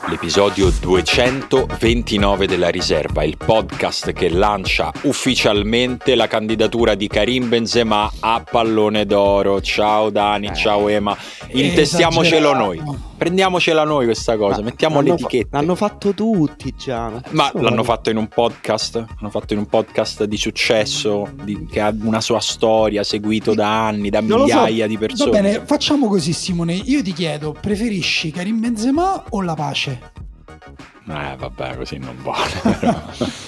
L'episodio 229 della Riserva, il podcast che lancia ufficialmente la candidatura di Karim Benzema a Pallone d'Oro. Ciao Dani, ciao Ema, intestiamocelo noi, prendiamocela noi questa cosa, mettiamo l'etichetta. L'hanno fatto tutti già. Ma l'hanno fatto in un podcast? L'hanno fatto in un podcast di successo, che ha una sua storia, seguito da anni, da migliaia di persone. Va bene, facciamo così Simone, io ti chiedo, preferisci Karim Benzema o la pace? Vabbè, così non vale.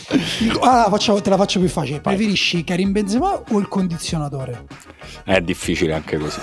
Te la faccio più facile. Preferisci Karim Benzema o il condizionatore? È difficile anche così.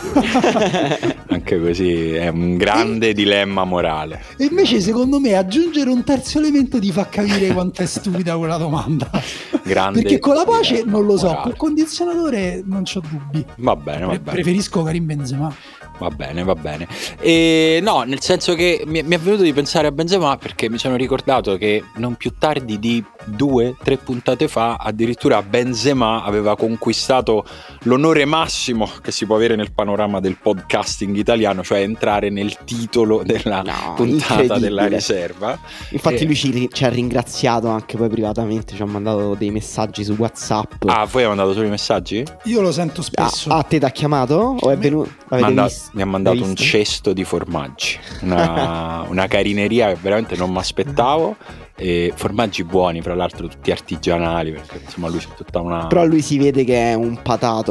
Anche così è un grande dilemma morale. E invece secondo me aggiungere un terzo elemento ti fa capire quanto è stupida quella domanda. Grande. Perché con la pace non lo so, morale. col condizionatore non c'ho dubbi. Va bene. Preferisco Karim Benzema. Va bene. E no, nel senso che mi è venuto di pensare a Benzema perché mi sono ricordato che non più tardi di 2-3 puntate fa addirittura Benzema aveva conquistato l'onore massimo che si può avere nel panorama del podcasting italiano, cioè entrare nel titolo della puntata della Riserva. Infatti lui ci ha ringraziato anche poi privatamente, ci ha mandato dei messaggi su WhatsApp. Ah, voi avete mandato solo i messaggi? Io lo sento spesso. A te ti ha chiamato? O è venuto? Mi ha mandato un cesto di formaggi, una carineria che veramente non mi aspettavo, e formaggi buoni, fra l'altro tutti artigianali, perché insomma lui c'è tutta una... Però lui si vede che è un patato,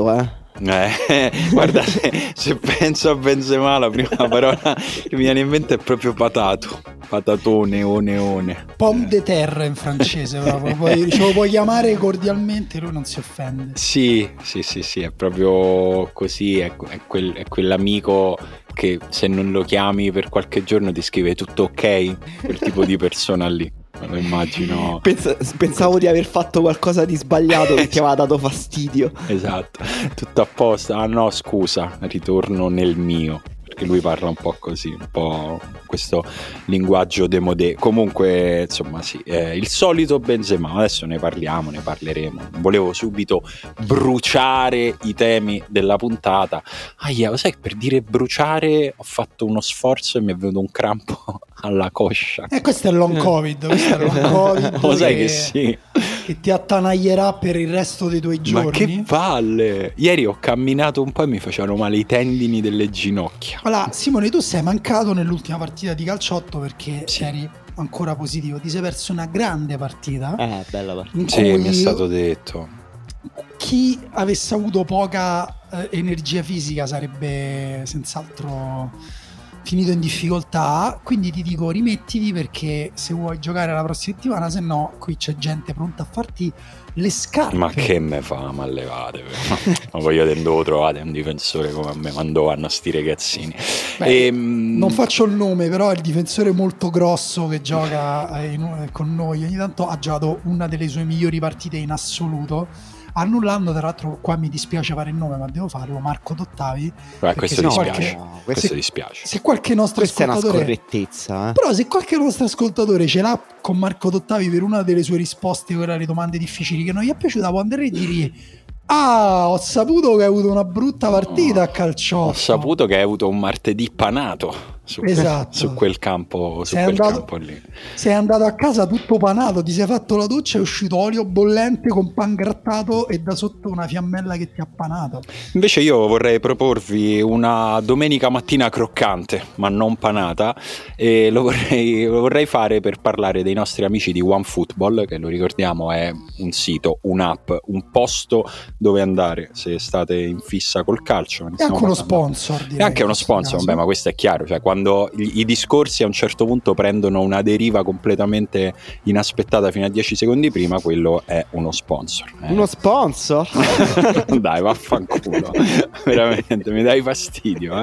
Guarda, se penso a Benzema la prima parola che mi viene in mente è proprio patatone, one. Pomme de terre in francese, proprio. Ce lo puoi chiamare cordialmente, lui non si offende. Sì, è proprio così, è quell'amico che se non lo chiami per qualche giorno ti scrive tutto ok, quel tipo di persona lì. Lo immagino. Pensavo di aver fatto qualcosa di sbagliato perché aveva dato fastidio. Esatto, tutto a posto. Ah no, scusa, ritorno nel mio. Perché lui parla un po' così, un po' questo linguaggio démodé. Comunque, insomma, sì, il solito Benzema. Adesso ne parleremo. Volevo subito bruciare i temi della puntata. Lo sai, per dire bruciare ho fatto uno sforzo e mi è venuto un crampo alla coscia. Questo è il long covid. Lo sai che sì. Che ti attanaglierà per il resto dei tuoi giorni. Ma che palle! Ieri ho camminato un po' e mi facevano male i tendini delle ginocchia. Allora, Simone, tu sei mancato nell'ultima partita di calciotto perché eri ancora positivo. Ti sei perso una grande partita. Bella partita. Sì, mi è stato detto. Chi avesse avuto poca energia fisica sarebbe senz'altro finito in difficoltà, quindi ti dico rimettiti, perché se vuoi giocare la prossima settimana, se no qui c'è gente pronta a farti le scarpe. Ma che me fa? Ma levate, ma voi devo trovare un difensore come me quando vanno sti ragazzini. Non faccio il nome, però è il difensore molto grosso che gioca con noi, ogni tanto ha giocato una delle sue migliori partite in assoluto, annullando, tra l'altro qua mi dispiace fare il nome ma devo farlo, Marco Dottavi. Questo dispiace. Se qualche nostro ascoltatore, è una scorrettezza, però se qualche nostro ascoltatore ce l'ha con Marco Dottavi per una delle sue risposte, quella alle domande difficili che non gli è piaciuta, può andare e dire: ho saputo che hai avuto una brutta partita a calciotto. Ho saputo che hai avuto un martedì panato su quel campo, campo lì. Sei andato a casa tutto panato, ti sei fatto la doccia, è uscito olio bollente con pan grattato e da sotto una fiammella che ti ha panato. Invece io vorrei proporvi una domenica mattina croccante ma non panata, e lo vorrei fare per parlare dei nostri amici di OneFootball, che lo ricordiamo è un sito, un'app, un posto dove andare se state in fissa col calcio. È anche uno sponsor, direi. È anche uno sponsor, vabbè, ma questo è chiaro, cioè quando i discorsi a un certo punto prendono una deriva completamente inaspettata fino a 10 secondi prima, quello è uno sponsor. Uno sponsor? Dai, vaffanculo. Veramente, mi dai fastidio.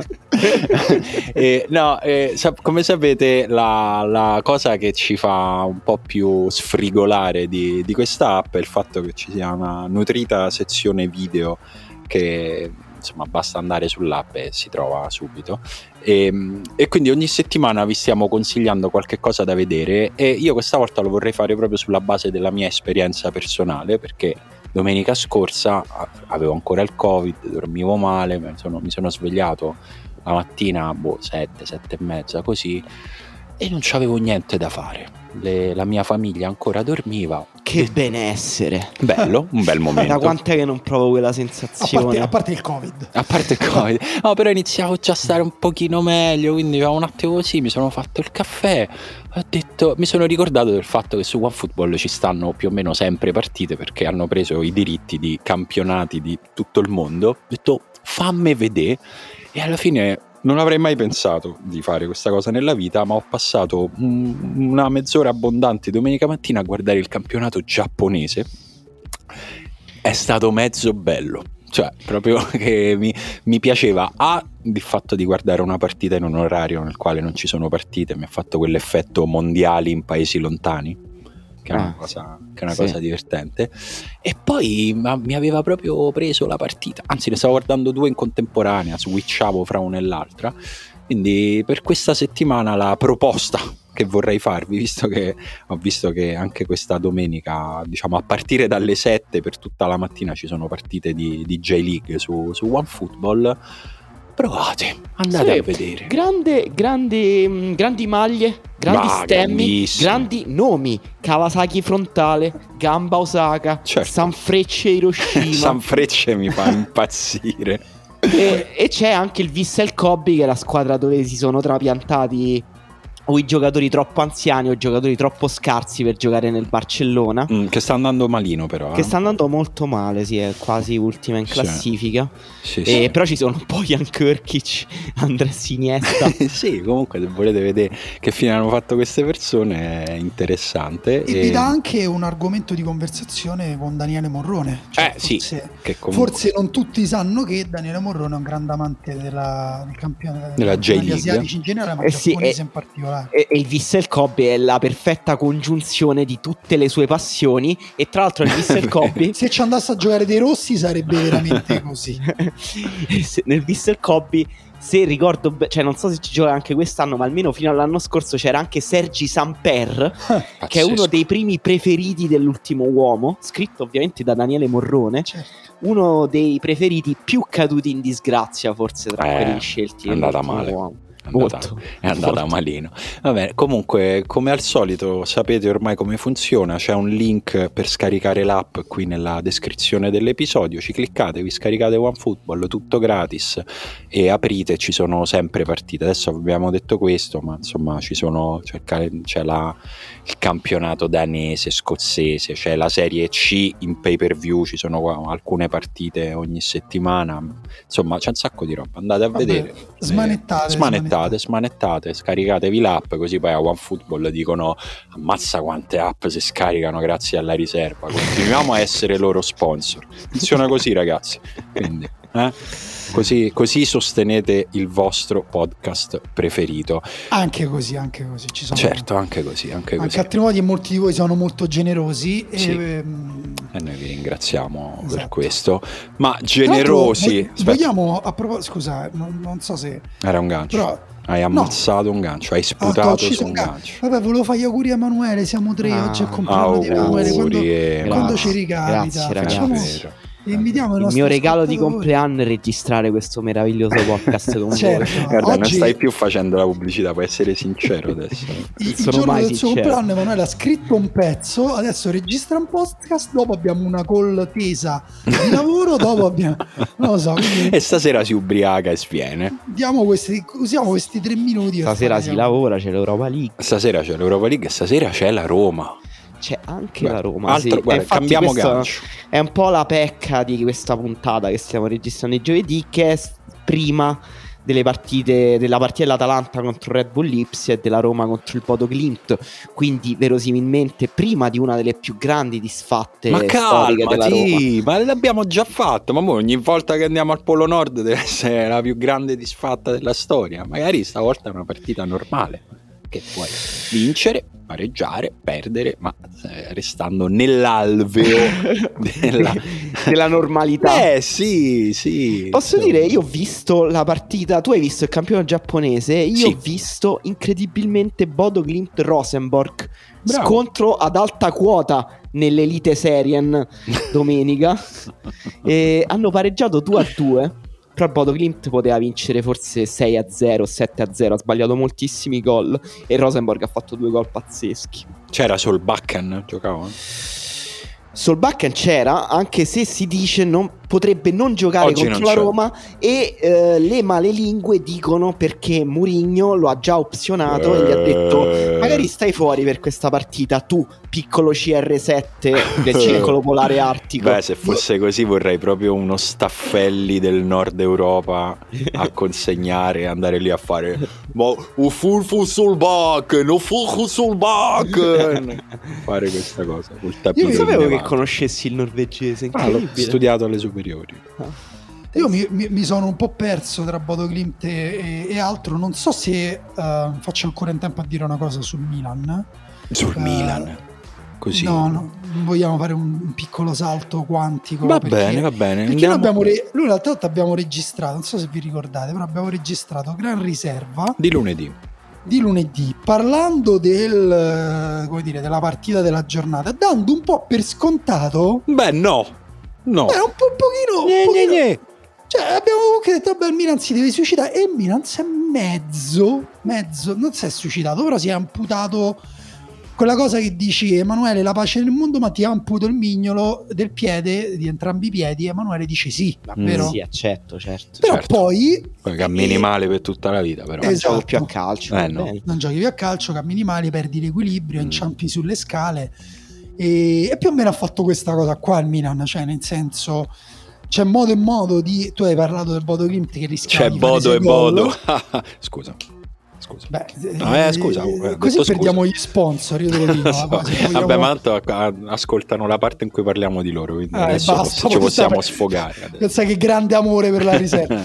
Come sapete, la cosa che ci fa un po' più sfrigolare di questa app è il fatto che ci sia una nutrita sezione video che insomma basta andare sull'app e si trova subito, e quindi ogni settimana vi stiamo consigliando qualche cosa da vedere, e io questa volta lo vorrei fare proprio sulla base della mia esperienza personale, perché domenica scorsa avevo ancora il Covid, dormivo male, mi sono svegliato la mattina 7 e mezza così, e non c'avevo niente da fare. La mia famiglia ancora dormiva. Che benessere. Bello, un bel momento. Da quant'è che non provo quella sensazione? A parte il Covid. A parte il Covid. No, però iniziavo già a stare un pochino meglio, quindi un attimo così, mi sono fatto il caffè, ho detto, mi sono ricordato del fatto che su OneFootball ci stanno più o meno sempre partite, perché hanno preso i diritti di campionati di tutto il mondo. Ho detto, fammi vedere, e alla fine non avrei mai pensato di fare questa cosa nella vita, ma ho passato una mezz'ora abbondante domenica mattina a guardare il campionato giapponese. È stato mezzo bello, cioè proprio che mi piaceva il fatto di guardare una partita in un orario nel quale non ci sono partite, mi ha fatto quell'effetto mondiali in paesi lontani, che è una cosa divertente. E poi mi aveva proprio preso la partita, anzi ne stavo guardando 2 in contemporanea, switchavo fra una e l'altra. Quindi per questa settimana la proposta che vorrei farvi, visto che ho visto che anche questa domenica, diciamo a partire dalle 7 per tutta la mattina ci sono partite di J-League su OneFootball, provate, andate a vedere. Grandi maglie, grandi stemmi, grandi nomi. Kawasaki frontale, Gamba Osaka, certo. Sanfrecce Hiroshima. Sanfrecce mi fa impazzire. E c'è anche il Vissel Kobe, che è la squadra dove si sono trapiantati o i giocatori troppo anziani o i giocatori troppo scarsi per giocare nel Barcellona, che sta andando malino, però che sta andando molto male, sì, è quasi ultima in classifica. Sì. Però ci sono un po' Jan Krkić, Andres Iniesta. Sì, comunque se volete vedere che fine hanno fatto queste persone è interessante, e vi dà anche un argomento di conversazione con Daniele Morrone, cioè, forse non tutti sanno che Daniele Morrone è un grande amante del campione della J-League, asiatici in generale, ma giapponese in particolare. E il Vissel Kobe è la perfetta congiunzione di tutte le sue passioni. E tra l'altro il Vissel Kobe, se ci andasse a giocare dei rossi sarebbe veramente così. Nel Vissel Kobe, se ricordo cioè non so se ci gioca anche quest'anno, ma almeno fino all'anno scorso c'era anche Sergi Samper, che è uno dei primi preferiti dell'Ultimo Uomo, scritto ovviamente da Daniele Morrone, certo. Uno dei preferiti più caduti in disgrazia forse tra quelli scelti. È andata male. Uomo. È andata malino. Vabbè, comunque, come al solito, sapete ormai come funziona. C'è un link per scaricare l'app qui nella descrizione dell'episodio. Ci cliccate, vi scaricate OneFootball, tutto gratis, e aprite, ci sono sempre partite. Adesso abbiamo detto questo, ma insomma c'è il campionato danese, scozzese, c'è la Serie C in pay per view, ci sono alcune partite ogni settimana, insomma c'è un sacco di roba, andate a vedere. Smanettate, scaricatevi l'app, così poi a OneFootball dicono ammazza quante app si scaricano grazie alla riserva, continuiamo a essere loro sponsor. Funziona così, ragazzi, quindi così sostenete il vostro podcast preferito. Anche così ci sono, certo, anche così. Anche altri modi, e molti di voi sono molto generosi, sì. E noi vi ringraziamo per questo. Esatto. Ma generosi, vogliamo, a proposito, scusa, non so se era un gancio, però hai ammazzato un gancio, hai sputato su un gancio. Vabbè, volevo fare gli auguri a Emanuele, siamo 3 oggi, è compleanno di Emanuele, quando ci ricapita. Grazie, ragazzi. Invitiamo il mio regalo di compleanno è registrare questo meraviglioso podcast con certo, voi. Guarda, oggi non stai più facendo la pubblicità, puoi essere sincero adesso. Il giorno del suo compleanno Emanuele ha scritto un pezzo, adesso registra un podcast, dopo abbiamo una call tesa di lavoro, dopo abbiamo non lo so, quindi e stasera si ubriaca e sviene. Usiamo questi 3 minuti. Stasera si lavora, c'è l'Europa League. Stasera c'è l'Europa League e stasera c'è la Roma. C'è anche la Roma. Guarda, cambiamo gancio. È un po' la pecca di questa puntata che stiamo registrando il giovedì, che è prima della partita dell'Atalanta contro Red Bull Lipsia e della Roma contro il Bodo Glimt, quindi verosimilmente prima di una delle più grandi disfatte storiche della Roma. Ma l'abbiamo già fatto, ma ogni volta che andiamo al Polo Nord deve essere la più grande disfatta della storia. Magari stavolta è una partita normale, che puoi vincere, pareggiare, perdere, ma restando nell'alveo della normalità. Sì. Posso dire, io ho visto la partita, tu hai visto il campione giapponese, io ho visto incredibilmente Bodo Glimt Rosenborg. Bravo. Scontro ad alta quota nell'Elite Serien domenica. E hanno pareggiato 2-2. Però il Bodo Glimt poteva vincere forse 6-0, 7-0, ha sbagliato moltissimi gol e Rosenborg ha fatto 2 gol pazzeschi. C'era Solbakken, giocava? Solbakken c'era, anche se si dice potrebbe non giocare Oggi contro non la c'è. Roma, e le malelingue dicono perché Mourinho lo ha già opzionato e gli ha detto magari stai fuori per questa partita, tu piccolo CR7 del circolo polare artico. Beh, se fosse così vorrei proprio uno Staffelli del nord Europa a consegnare e andare lì a fare Solbakken, fare questa cosa col Io non sapevo che davanti. conoscessi il norvegese, L'ho incredibile. studiato alle superiori. Io mi sono un po' perso tra Bodo Glimt e altro. Non so se faccio ancora in tempo a dire una cosa sul Milan. Sul Milan. Così. No, non vogliamo fare un piccolo salto quantico. Va bene. Perché noi l'altra volta abbiamo registrato, non so se vi ricordate, però abbiamo registrato Gran Riserva Di lunedì. parlando della partita della giornata, dando un po' per scontato. Beh, no. Un pochino. Cioè, abbiamo comunque detto, vabbè, il Milan si deve suicidare, e il Milan si è mezzo, non si è suicidato, però si è amputato quella cosa che dici, Emanuele, la pace nel mondo, ma ti amputo il mignolo del piede, di entrambi i piedi. Emanuele dice sì, vero? Sì, accetto, certo. Però certo. poi cammini male per tutta la vita, però. Non Esatto. gioco più a calcio. No. non giochi più a calcio, cammini male, perdi l'equilibrio, inciampi sulle scale, e più o meno ha fatto questa cosa qua il Milan, cioè nel senso c'è modo e modo di... Tu hai parlato del Bodo Glimt che rischiava C'è di fare Bodo 6 e gol. Bodo. Scusa. Beh, Scusa, così detto perdiamo scusa. gli sponsor, io te lo dico. So. Vabbè, ma tanto ascoltano la parte in cui parliamo di loro, quindi adesso basta, ci possiamo sfogare. Pensa che grande amore per la riserva.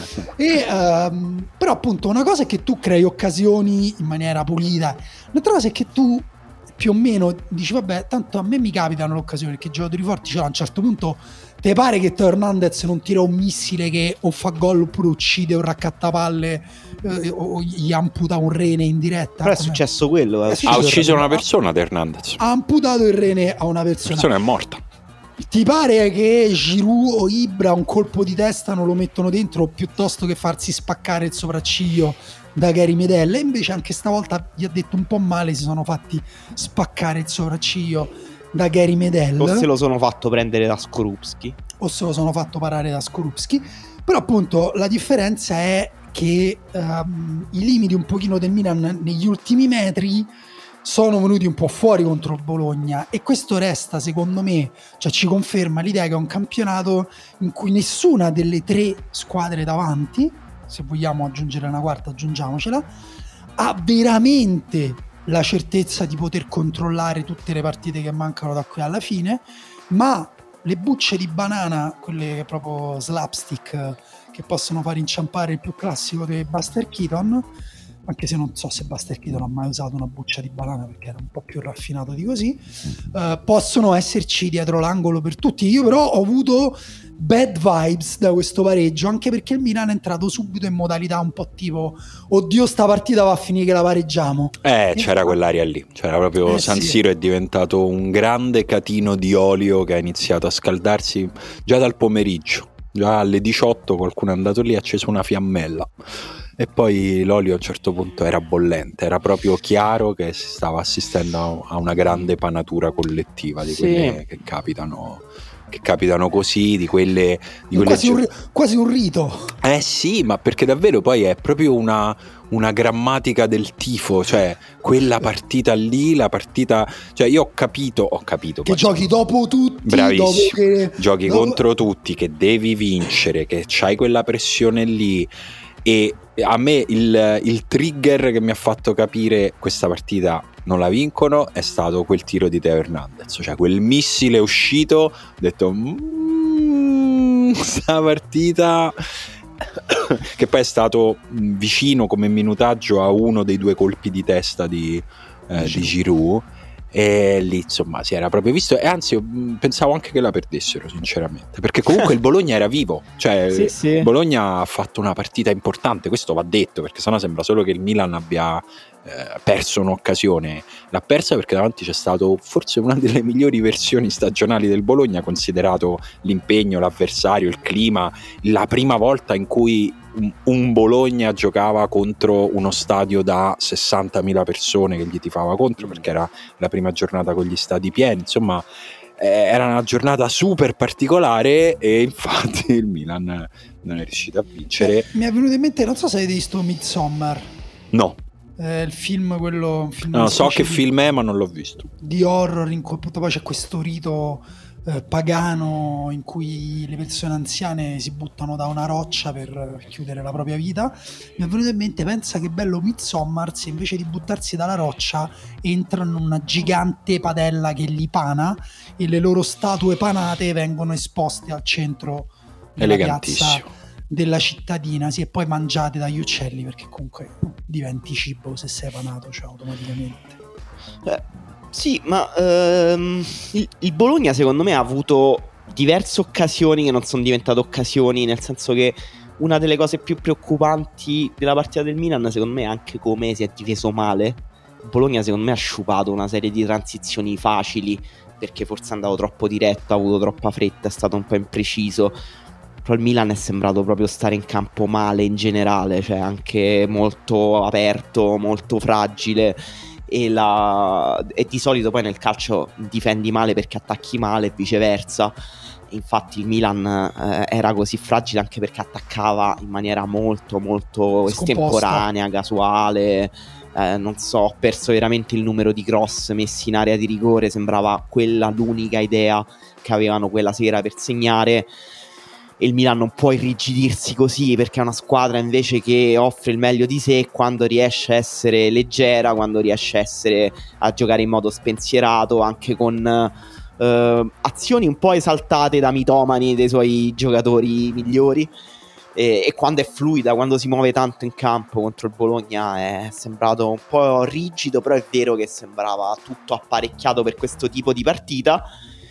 Però appunto una cosa è che tu crei occasioni in maniera pulita, un'altra cosa è che tu più o meno dici vabbè, tanto a me mi capitano le occasioni, perché i giocatori forti ce l'hanno. A un certo punto te pare che Teo Hernandez non tira un missile che o fa gol oppure uccide un raccattapalle, o gli amputa un rene in diretta? Però è successo quello. Ha ucciso una persona, Teo Hernandez. Ha amputato il rene a una persona. La persona è morta. Ti pare che Giroud o Ibra un colpo di testa non lo mettono dentro, piuttosto che farsi spaccare il sopracciglio da Gary Medel? E invece anche stavolta gli ha detto un po' male, si sono fatti spaccare il sopracciglio da Gary Medel, O se lo sono fatto prendere da Skorupski, o se lo sono fatto parare da Skorupski. Però appunto la differenza è che i limiti un pochino del Milan negli ultimi metri sono venuti un po' fuori contro il Bologna, e questo resta, secondo me, cioè ci conferma l'idea che è un campionato in cui nessuna delle 3 squadre davanti, se vogliamo aggiungere una quarta aggiungiamocela, ha veramente la certezza di poter controllare tutte le partite che mancano da qui alla fine, ma le bucce di banana, quelle proprio slapstick, che possono far inciampare il più classico dei Buster Keaton, anche se non so se Buster Keaton ha mai usato una buccia di banana perché era un po' più raffinato di così, possono esserci dietro l'angolo per tutti. Io però ho avuto bad vibes da questo pareggio, anche perché il Milan è entrato subito in modalità un po' tipo oddio, sta partita va a finire che la pareggiamo. C'era quell'aria lì, c'era proprio San Siro è diventato un grande catino di olio che ha iniziato a scaldarsi già dal pomeriggio. Già alle 18 qualcuno è andato lì e ha acceso una fiammella, e poi l'olio a un certo punto era bollente, era proprio chiaro che si stava assistendo a una grande panatura collettiva di quelle che capitano così, di quelle quasi un rito. Sì, ma perché davvero poi è proprio una grammatica del tifo, cioè quella partita lì, la partita, cioè io ho capito che giochi dopo tutti, bravissimo, giochi contro tutti, che devi vincere, che c'hai quella pressione lì. E a me il trigger che mi ha fatto capire questa partita non la vincono è stato quel tiro di Teo Hernandez, cioè quel missile uscito, ho detto sta partita, che poi è stato vicino come minutaggio a uno dei 2 colpi di testa di Giroud, e lì insomma si era proprio visto, e anzi io pensavo anche che la perdessero sinceramente, perché comunque il Bologna era vivo, cioè Sì. Bologna ha fatto una partita importante, questo va detto, perché sennò sembra solo che il Milan abbia perso un'occasione. L'ha persa perché davanti c'è stato forse una delle migliori versioni stagionali del Bologna, considerato l'impegno, l'avversario, il clima, la prima volta in cui un Bologna giocava contro uno stadio da 60.000 persone che gli tifava contro, perché era la prima giornata con gli stadi pieni, insomma era una giornata super particolare, e infatti il Milan non è riuscito a vincere. Mi è venuto in mente, non so se avete visto Midsommar. No. Il film, quello film No, so che film è, ma non l'ho visto. Di horror, in cui appunto poi c'è questo rito pagano in cui le persone anziane si buttano da una roccia per chiudere la propria vita. Mi è venuto in mente, pensa che bello Midsommar se invece di buttarsi dalla roccia entrano in una gigante padella che li pana, e le loro statue panate vengono esposte al centro della piazza della cittadina, sì, e poi mangiate dagli uccelli, perché comunque diventi cibo se sei panato, cioè automaticamente. Sì, ma il Bologna secondo me ha avuto diverse occasioni che non sono diventate occasioni, nel senso che una delle cose più preoccupanti della partita del Milan secondo me è anche come si è difeso male. Il Bologna secondo me ha sciupato una serie di transizioni facili, perché forse è andato troppo diretto, ha avuto troppa fretta, è stato un po' impreciso. Però il Milan è sembrato proprio stare in campo male in generale, cioè anche molto aperto, molto fragile, e di solito poi nel calcio difendi male perché attacchi male e viceversa. Infatti il Milan era così fragile anche perché attaccava in maniera molto molto estemporanea, casuale. Non so, ho perso veramente il numero di cross messi in area di rigore, sembrava quella l'unica idea che avevano quella sera per segnare. E il Milan non può irrigidirsi così, perché è una squadra invece che offre il meglio di sé quando riesce a essere leggera, quando riesce a giocare in modo spensierato, anche con azioni un po' esaltate da mitomani dei suoi giocatori migliori, e quando è fluida, quando si muove tanto in campo. Contro il Bologna è sembrato un po' rigido, però è vero che sembrava tutto apparecchiato per questo tipo di partita,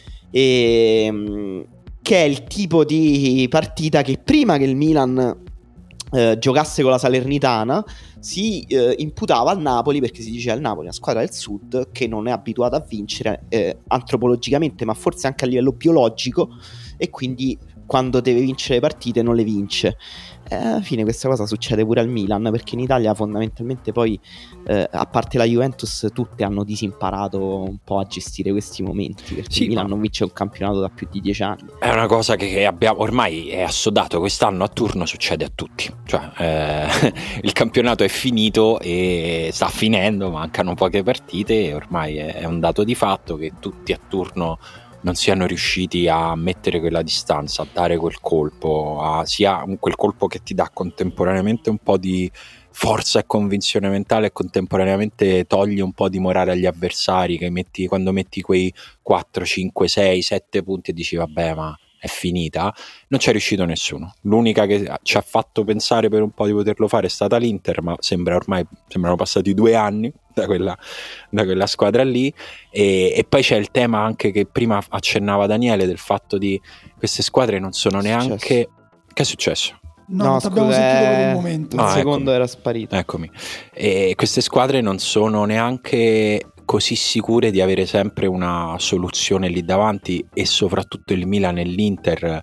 che è il tipo di partita che prima che il Milan giocasse con la Salernitana si imputava al Napoli, perché si diceva il Napoli è una squadra del sud che non è abituata a vincere antropologicamente, ma forse anche a livello biologico, e quindi quando deve vincere le partite non le vince. Alla fine questa cosa succede pure al Milan, perché in Italia fondamentalmente poi a parte la Juventus tutte hanno disimparato un po' a gestire questi momenti, perché sì, il Milan non vince un campionato da più di 10 anni. È una cosa che abbiamo ormai è assodato, quest'anno a turno succede a tutti, cioè il campionato è finito e sta finendo, mancano poche partite e ormai è un dato di fatto che tutti a turno non siano riusciti a mettere quella distanza, a dare quel colpo, sia quel colpo che ti dà contemporaneamente un po' di forza e convinzione mentale, e contemporaneamente toglie un po' di morale agli avversari, che quando metti quei 4, 5, 6, 7 punti e dici vabbè, ma è finita. Non c'è riuscito nessuno. L'unica che ci ha fatto pensare per un po' di poterlo fare è stata l'Inter, ma sembrano passati 2 anni da quella squadra lì. E poi c'è il tema anche che prima accennava Daniele, del fatto di queste squadre non sono neanche... Che è successo? No, abbiamo sentito per un momento. Il secondo era sparito. Eccomi. E queste squadre non sono neanche così sicure di avere sempre una soluzione lì davanti, e soprattutto il Milan e l'Inter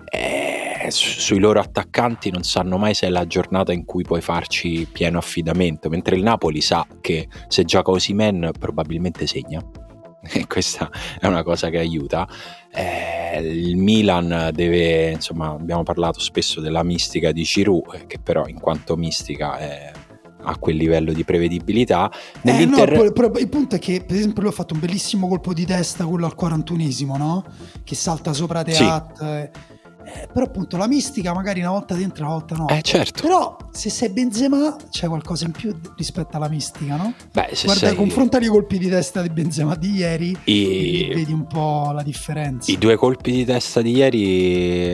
sui loro attaccanti non sanno mai se è la giornata in cui puoi farci pieno affidamento, mentre il Napoli sa che se gioca Osimhen probabilmente segna, e questa è una cosa che aiuta. Il Milan deve, insomma, abbiamo parlato spesso della mistica di Giroud, che però in quanto mistica a quel livello di prevedibilità. No, però il punto è che per esempio lui ha fatto un bellissimo colpo di testa, quello al 41esimo, no? Che salta sopra Teat, sì. Però appunto la mistica magari una volta dentro, una volta no. Certo. Però se sei Benzema c'è qualcosa in più rispetto alla mistica, no? Beh, confronta i colpi di testa di Benzema di ieri e vedi un po' la differenza. I 2 colpi di testa di ieri,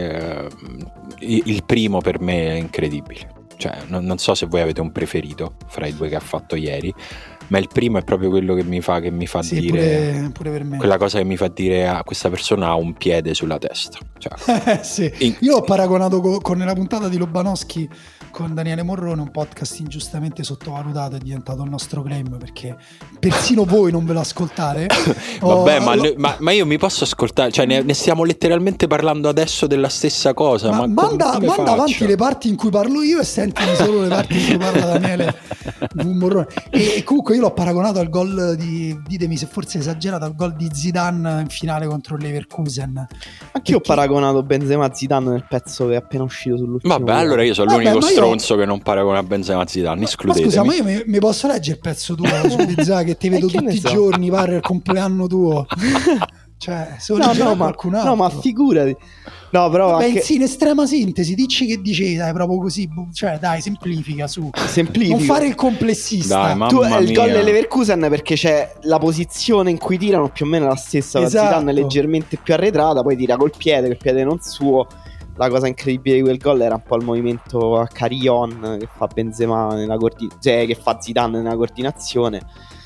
il primo per me è incredibile. Cioè, non so se voi avete un preferito fra i 2 che ha fatto ieri, ma il primo è proprio quello che mi fa sì, dire pure per me. quella cosa che mi fa dire questa persona ha un piede sulla testa, cioè, sì. Io ho paragonato con la puntata di Lobanowski con Daniele Morrone, un podcast ingiustamente sottovalutato, è diventato il nostro claim perché persino voi non ve lo ascoltate. Vabbè, ma io mi posso ascoltare, cioè ne stiamo letteralmente parlando adesso della stessa cosa. Ma manda avanti le parti in cui parlo io e sentimi solo le parti in cui parla Daniele Morrone. E comunque io l'ho paragonato al gol ditemi se forse è esagerato, al gol di Zidane in finale contro il Leverkusen. Anche io ho paragonato Benzema a Zidane nel pezzo che è appena uscito sull'ultimo. Vabbè, allora io sono l'unico stronzo che non paragona Benzema a Zidane, escludetemi. Ma scusa, ma io mi posso leggere il pezzo tuo su Benzema che ti vedo tutti i giorni, pare il compleanno tuo. Cioè, se lo qualcun altro. No, ma figurati. No, però vabbè, anche... sì, in estrema sintesi, dici che dicevi, dai, proprio così, cioè, dai, semplifica su. Semplifica. Non fare il complessista. Dai, tu il gol delle Leverkusen perché c'è la posizione in cui tirano più o meno la stessa, esatto. La Zidane è leggermente più arretrata, poi tira col piede, che il piede non suo. La cosa incredibile di quel gol era un po' il movimento a Carillon che fa Benzema cioè che fa Zidane nella coordinazione.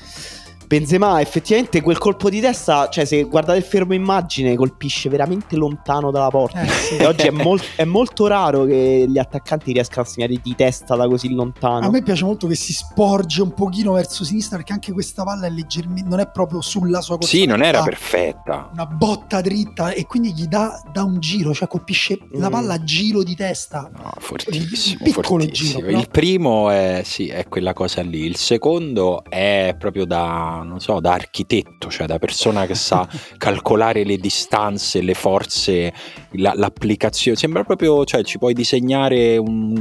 Benzema effettivamente quel colpo di testa, cioè se guardate il fermo immagine, colpisce veramente lontano dalla porta. Sì. E oggi è molto raro che gli attaccanti riescano a segnare di testa da così lontano. A me piace molto che si sporge un pochino verso sinistra, perché anche questa palla è leggermente, non è proprio sulla sua corsa. Sì, non era perfetta. Una botta dritta e quindi gli dà un giro, cioè colpisce la palla a giro di testa. No, fortissimo, piccolo fortissimo. Giro, però. Il primo è quella cosa lì. Il secondo è proprio da architetto, cioè da persona che sa calcolare le distanze, le forze, l'applicazione. Sembra proprio, cioè ci puoi disegnare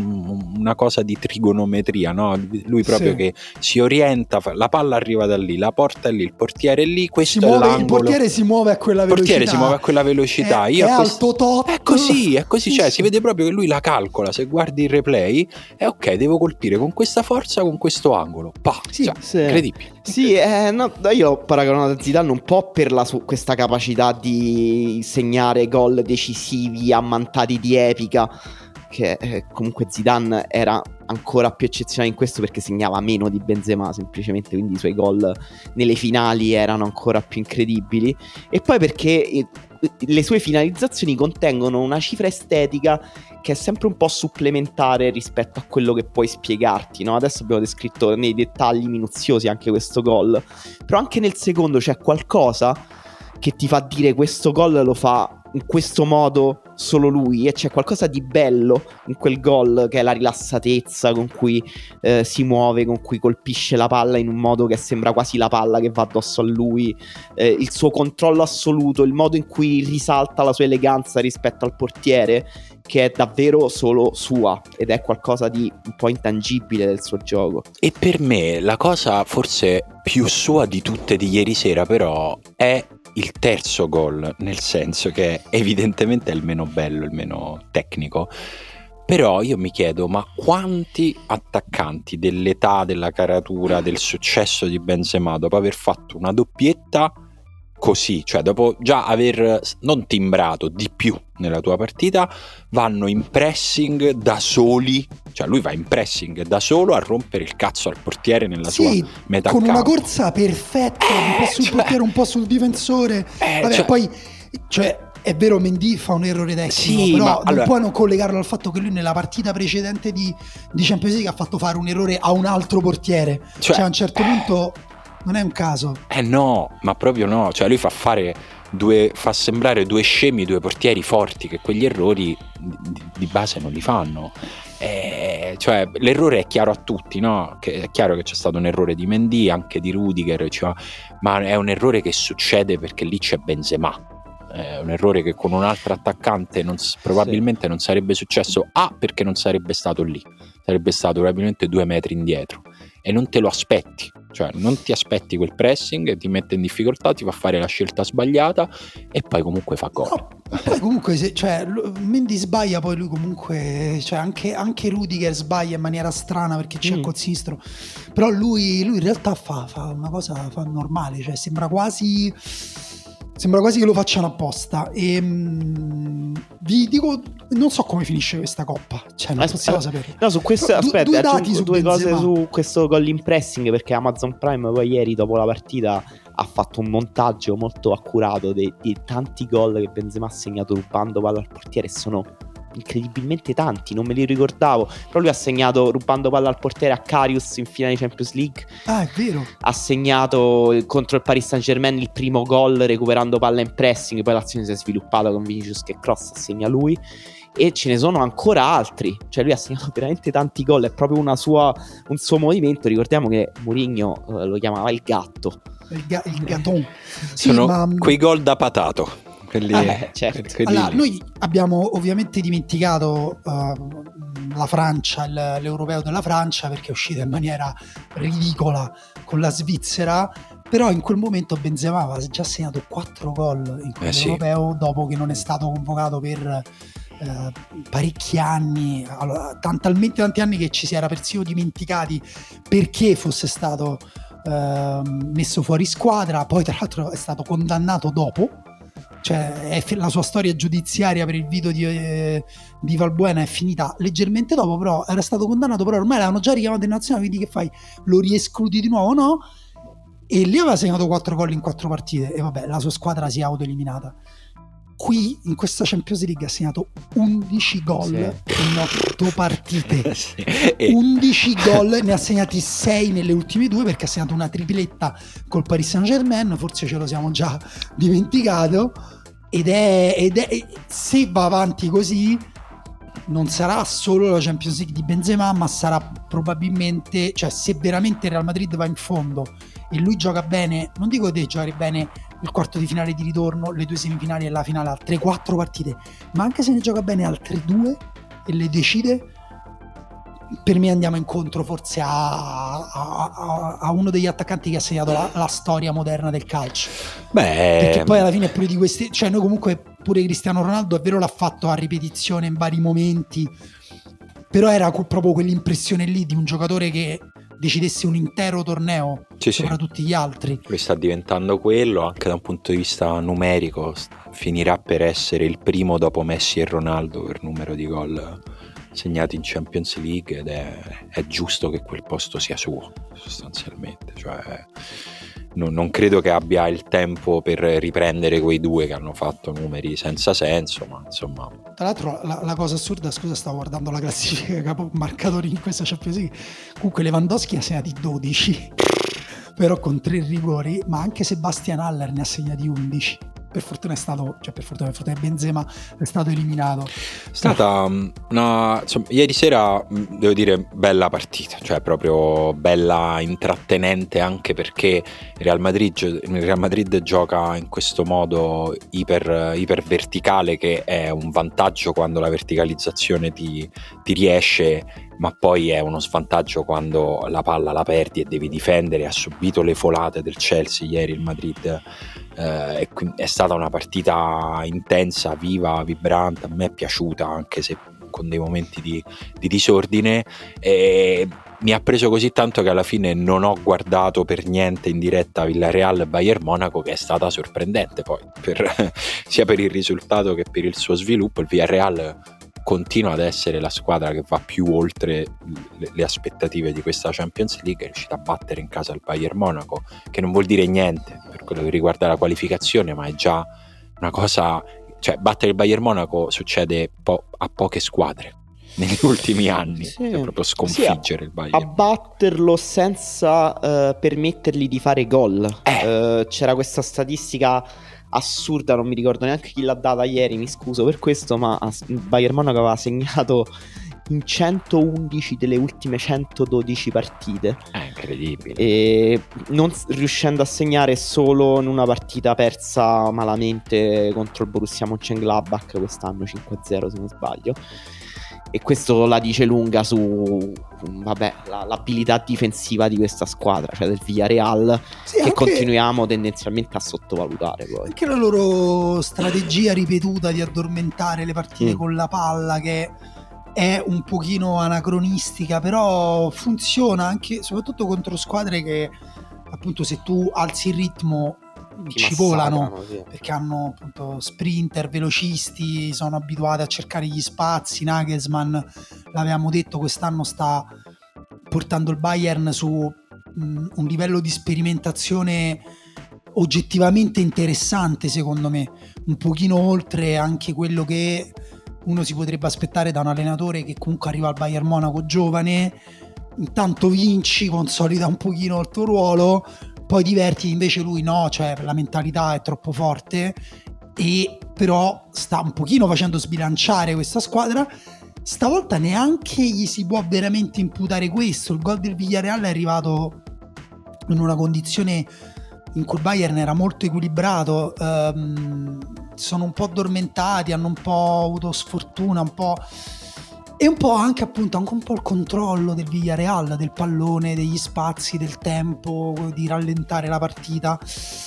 una cosa di trigonometria, no? Lui proprio che si orienta, la palla arriva da lì, la porta è lì, il portiere è lì, questo è l'angolo. Il portiere si muove a quella velocità. Io è alto tot. È così, cioè si vede proprio che lui la calcola. Se guardi il replay è ok, devo colpire con questa forza, con questo angolo. Incredibile. Sì, no, io l'ho paragonato a Zidane un po' per questa capacità di segnare gol decisivi ammantati di epica, che comunque Zidane era ancora più eccezionale in questo perché segnava meno di Benzema semplicemente, quindi i suoi gol nelle finali erano ancora più incredibili, e poi perché le sue finalizzazioni contengono una cifra estetica che è sempre un po' supplementare rispetto a quello che puoi spiegarti, no? Adesso abbiamo descritto nei dettagli minuziosi anche questo gol, però anche nel secondo c'è qualcosa che ti fa dire questo gol lo fa in questo modo solo lui, e c'è qualcosa di bello in quel gol che è la rilassatezza con cui si muove, con cui colpisce la palla in un modo che sembra quasi la palla che va addosso a lui, il suo controllo assoluto, il modo in cui risalta la sua eleganza rispetto al portiere, che è davvero solo sua ed è qualcosa di un po' intangibile del suo gioco. E per me la cosa forse più sua di tutte di ieri sera però è il terzo gol, nel senso che evidentemente è il meno bello, il meno tecnico, però io mi chiedo, ma quanti attaccanti dell'età, della caratura, del successo di Benzema, dopo aver fatto una doppietta così, cioè dopo già aver non timbrato di più nella tua partita, vanno in pressing da soli, cioè lui va in pressing da solo a rompere il cazzo al portiere nella sua metà con campo. Una corsa perfetta, un po' sul portiere, un po' sul difensore. Vabbè, poi è vero, Mendy fa un errore tecnico, però non puoi non collegarlo al fatto che lui nella partita precedente di Champions League ha fatto fare un errore a un altro portiere, cioè a un certo punto non è un caso. No, ma proprio no, cioè lui fa sembrare due scemi, due portieri forti che quegli errori di base non li fanno. Cioè l'errore è chiaro a tutti, no? Che è chiaro che c'è stato un errore di Mendy, anche di Rudiger, cioè, ma è un errore che succede perché lì c'è Benzema. È un errore che con un altro attaccante probabilmente non sarebbe successo, perché non sarebbe stato lì, sarebbe stato probabilmente 2 metri indietro e non te lo aspetti, cioè non ti aspetti quel pressing, ti mette in difficoltà, ti fa fare la scelta sbagliata e poi comunque fa gol. Poi comunque Mendy sbaglia, poi lui comunque, cioè anche Rudiger sbaglia in maniera strana perché c'è col sinistro, però lui in realtà fa una cosa normale, cioè sembra quasi che lo facciano apposta, e vi dico, non so come finisce questa coppa, cioè non possiamo sapere. No, su questo aspetta, aggiungo due Benzema. cose su questo goal in pressing, perché Amazon Prime poi ieri dopo la partita ha fatto un montaggio molto accurato di tanti gol che Benzema ha segnato rubando palla al portiere, e sono incredibilmente tanti, non me li ricordavo. Però lui ha segnato rubando palla al portiere a Karius in finale di Champions League. Ah, è vero. Ha segnato contro il Paris Saint-Germain il primo gol recuperando palla in pressing, poi l'azione si è sviluppata con Vinicius che cross, segna lui. E ce ne sono ancora altri, cioè lui ha segnato veramente tanti gol, è proprio un suo movimento. Ricordiamo che Mourinho lo chiamava il gatto, Il gatton. Sì, sono quei gol da patato. Certo. Allora, noi abbiamo ovviamente dimenticato la Francia, l'europeo della Francia, perché è uscita in maniera ridicola con la Svizzera, però in quel momento Benzema aveva già segnato 4 gol in quell'europeo, dopo che non è stato convocato per parecchi anni, talmente tanti anni che ci si era persino dimenticati perché fosse stato messo fuori squadra. Poi tra l'altro è stato condannato dopo, cioè la sua storia giudiziaria per il video di Valbuena è finita leggermente dopo, però era stato condannato, però ormai l'hanno già richiamato in nazionale, quindi che fai? Lo riescludi di nuovo? No? E lì aveva segnato 4 gol in 4 partite e vabbè, la sua squadra si è autoeliminata. Qui in questa Champions League ha segnato 11 gol in 8 partite. 11 gol, ne ha segnati 6 nelle ultime 2, perché ha segnato una tripletta col Paris Saint-Germain, forse ce lo siamo già dimenticato, ed è se va avanti così non sarà solo la Champions League di Benzema, ma sarà probabilmente, cioè se veramente il Real Madrid va in fondo e lui gioca bene, non dico di giocare bene il quarto di finale di ritorno, le 2 semifinali e la finale, altre 4 partite, ma anche se ne gioca bene altre 2 e le decide, per me andiamo incontro forse a uno degli attaccanti che ha segnato la storia moderna del calcio. Perché poi alla fine pure di questi, cioè noi comunque pure Cristiano Ronaldo è vero l'ha fatto a ripetizione in vari momenti, però era proprio quell'impressione lì di un giocatore che decidesse un intero torneo sopra tutti gli altri. Lui sta diventando quello, anche da un punto di vista numerico finirà per essere il primo dopo Messi e Ronaldo per numero di gol segnati in Champions League, ed è giusto che quel posto sia suo sostanzialmente, cioè non credo che abbia il tempo per riprendere quei 2 che hanno fatto numeri senza senso, ma insomma. Tra l'altro la cosa assurda, scusa, stavo guardando la classifica capo marcatori in questa Champions League, comunque Lewandowski ha segnati 12 però con 3 rigori, ma anche Sebastian Haller ne ha segnati 11. Per fortuna è stato, cioè per fortuna Benzema è stato eliminato. È stata insomma, ieri sera devo dire bella partita, cioè proprio bella, intrattenente, anche perché il Real Madrid gioca in questo modo iper verticale, che è un vantaggio quando la verticalizzazione ti riesce, ma poi è uno svantaggio quando la palla la perdi e devi difendere. Ha subito le folate del Chelsea ieri il Madrid, e è stata una partita intensa, viva, vibrante, a me è piaciuta anche se con dei momenti di disordine, e mi ha preso così tanto che alla fine non ho guardato per niente in diretta Villarreal Bayern Monaco, che è stata sorprendente poi sia per il risultato che per il suo sviluppo. Il Villarreal continua ad essere la squadra che va più oltre le aspettative di questa Champions League, è riuscita a battere in casa il Bayern Monaco, che non vuol dire niente per quello che riguarda la qualificazione, ma è già una cosa, cioè battere il Bayern Monaco succede a poche squadre negli ultimi anni, è proprio sconfiggere il Bayern, abbatterlo senza permettergli di fare gol. C'era questa statistica assurda, non mi ricordo neanche chi l'ha data ieri, mi scuso per questo, ma il Bayern Monaco aveva segnato in 111 delle ultime 112 partite. È incredibile. E non riuscendo a segnare solo in una partita persa malamente contro il Borussia Mönchengladbach quest'anno 5-0 se non sbaglio. E questo la dice lunga su l'abilità difensiva di questa squadra, cioè del Villarreal, che anche continuiamo tendenzialmente a sottovalutare poi. Anche la loro strategia ripetuta di addormentare le partite con la palla, che è un pochino anacronistica, però funziona anche soprattutto contro squadre che appunto, se tu alzi il ritmo ci volano, perché hanno appunto sprinter, velocisti, sono abituati a cercare gli spazi. Nagelsmann, l'avevamo detto, quest'anno sta portando il Bayern su un livello di sperimentazione oggettivamente interessante, secondo me, un pochino oltre anche quello che uno si potrebbe aspettare da un allenatore che comunque arriva al Bayern Monaco giovane. Intanto vinci, consolida un pochino il tuo ruolo, poi divertiti. Invece lui no, cioè la mentalità è troppo forte, e però sta un pochino facendo sbilanciare questa squadra. Stavolta neanche gli si può veramente imputare questo. Il gol del Villarreal è arrivato in una condizione in cui il Bayern era molto equilibrato, sono un po' addormentati, hanno un po' avuto sfortuna, e un po' anche appunto anche un po' il controllo del Villarreal, del pallone, degli spazi, del tempo, di rallentare la partita.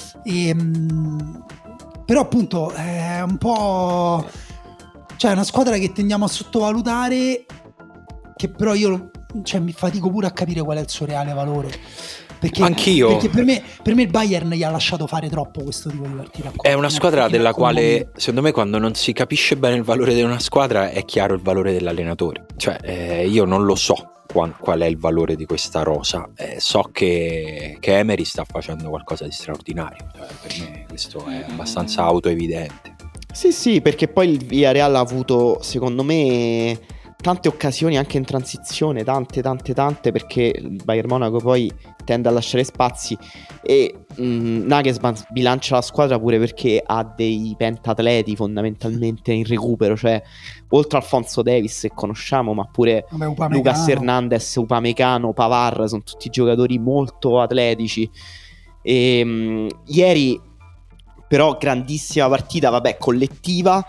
Però appunto è un po', cioè è una squadra che tendiamo a sottovalutare, che però io mi fatico pure a capire qual è il suo reale valore. Perché, anch'io. Perché per me il Bayern gli ha lasciato fare troppo questo tipo di partita qua. È una squadra della quale, secondo me, quando non si capisce bene il valore di una squadra, è chiaro il valore dell'allenatore. Cioè, io non lo so qual è il valore di questa rosa. So che Emery sta facendo qualcosa di straordinario. Cioè, per me questo è abbastanza autoevidente. Sì, perché poi il Villarreal ha avuto, secondo me, tante occasioni anche in transizione, tante, perché il Bayern Monaco poi tende a lasciare spazi, e Nagelsmann bilancia la squadra pure perché ha dei pentatleti fondamentalmente in recupero, cioè oltre Alphonso Davies, che conosciamo, ma pure Lucas Hernandez, Upamecano, Pavard, sono tutti giocatori molto atletici. E ieri però grandissima partita, vabbè, collettiva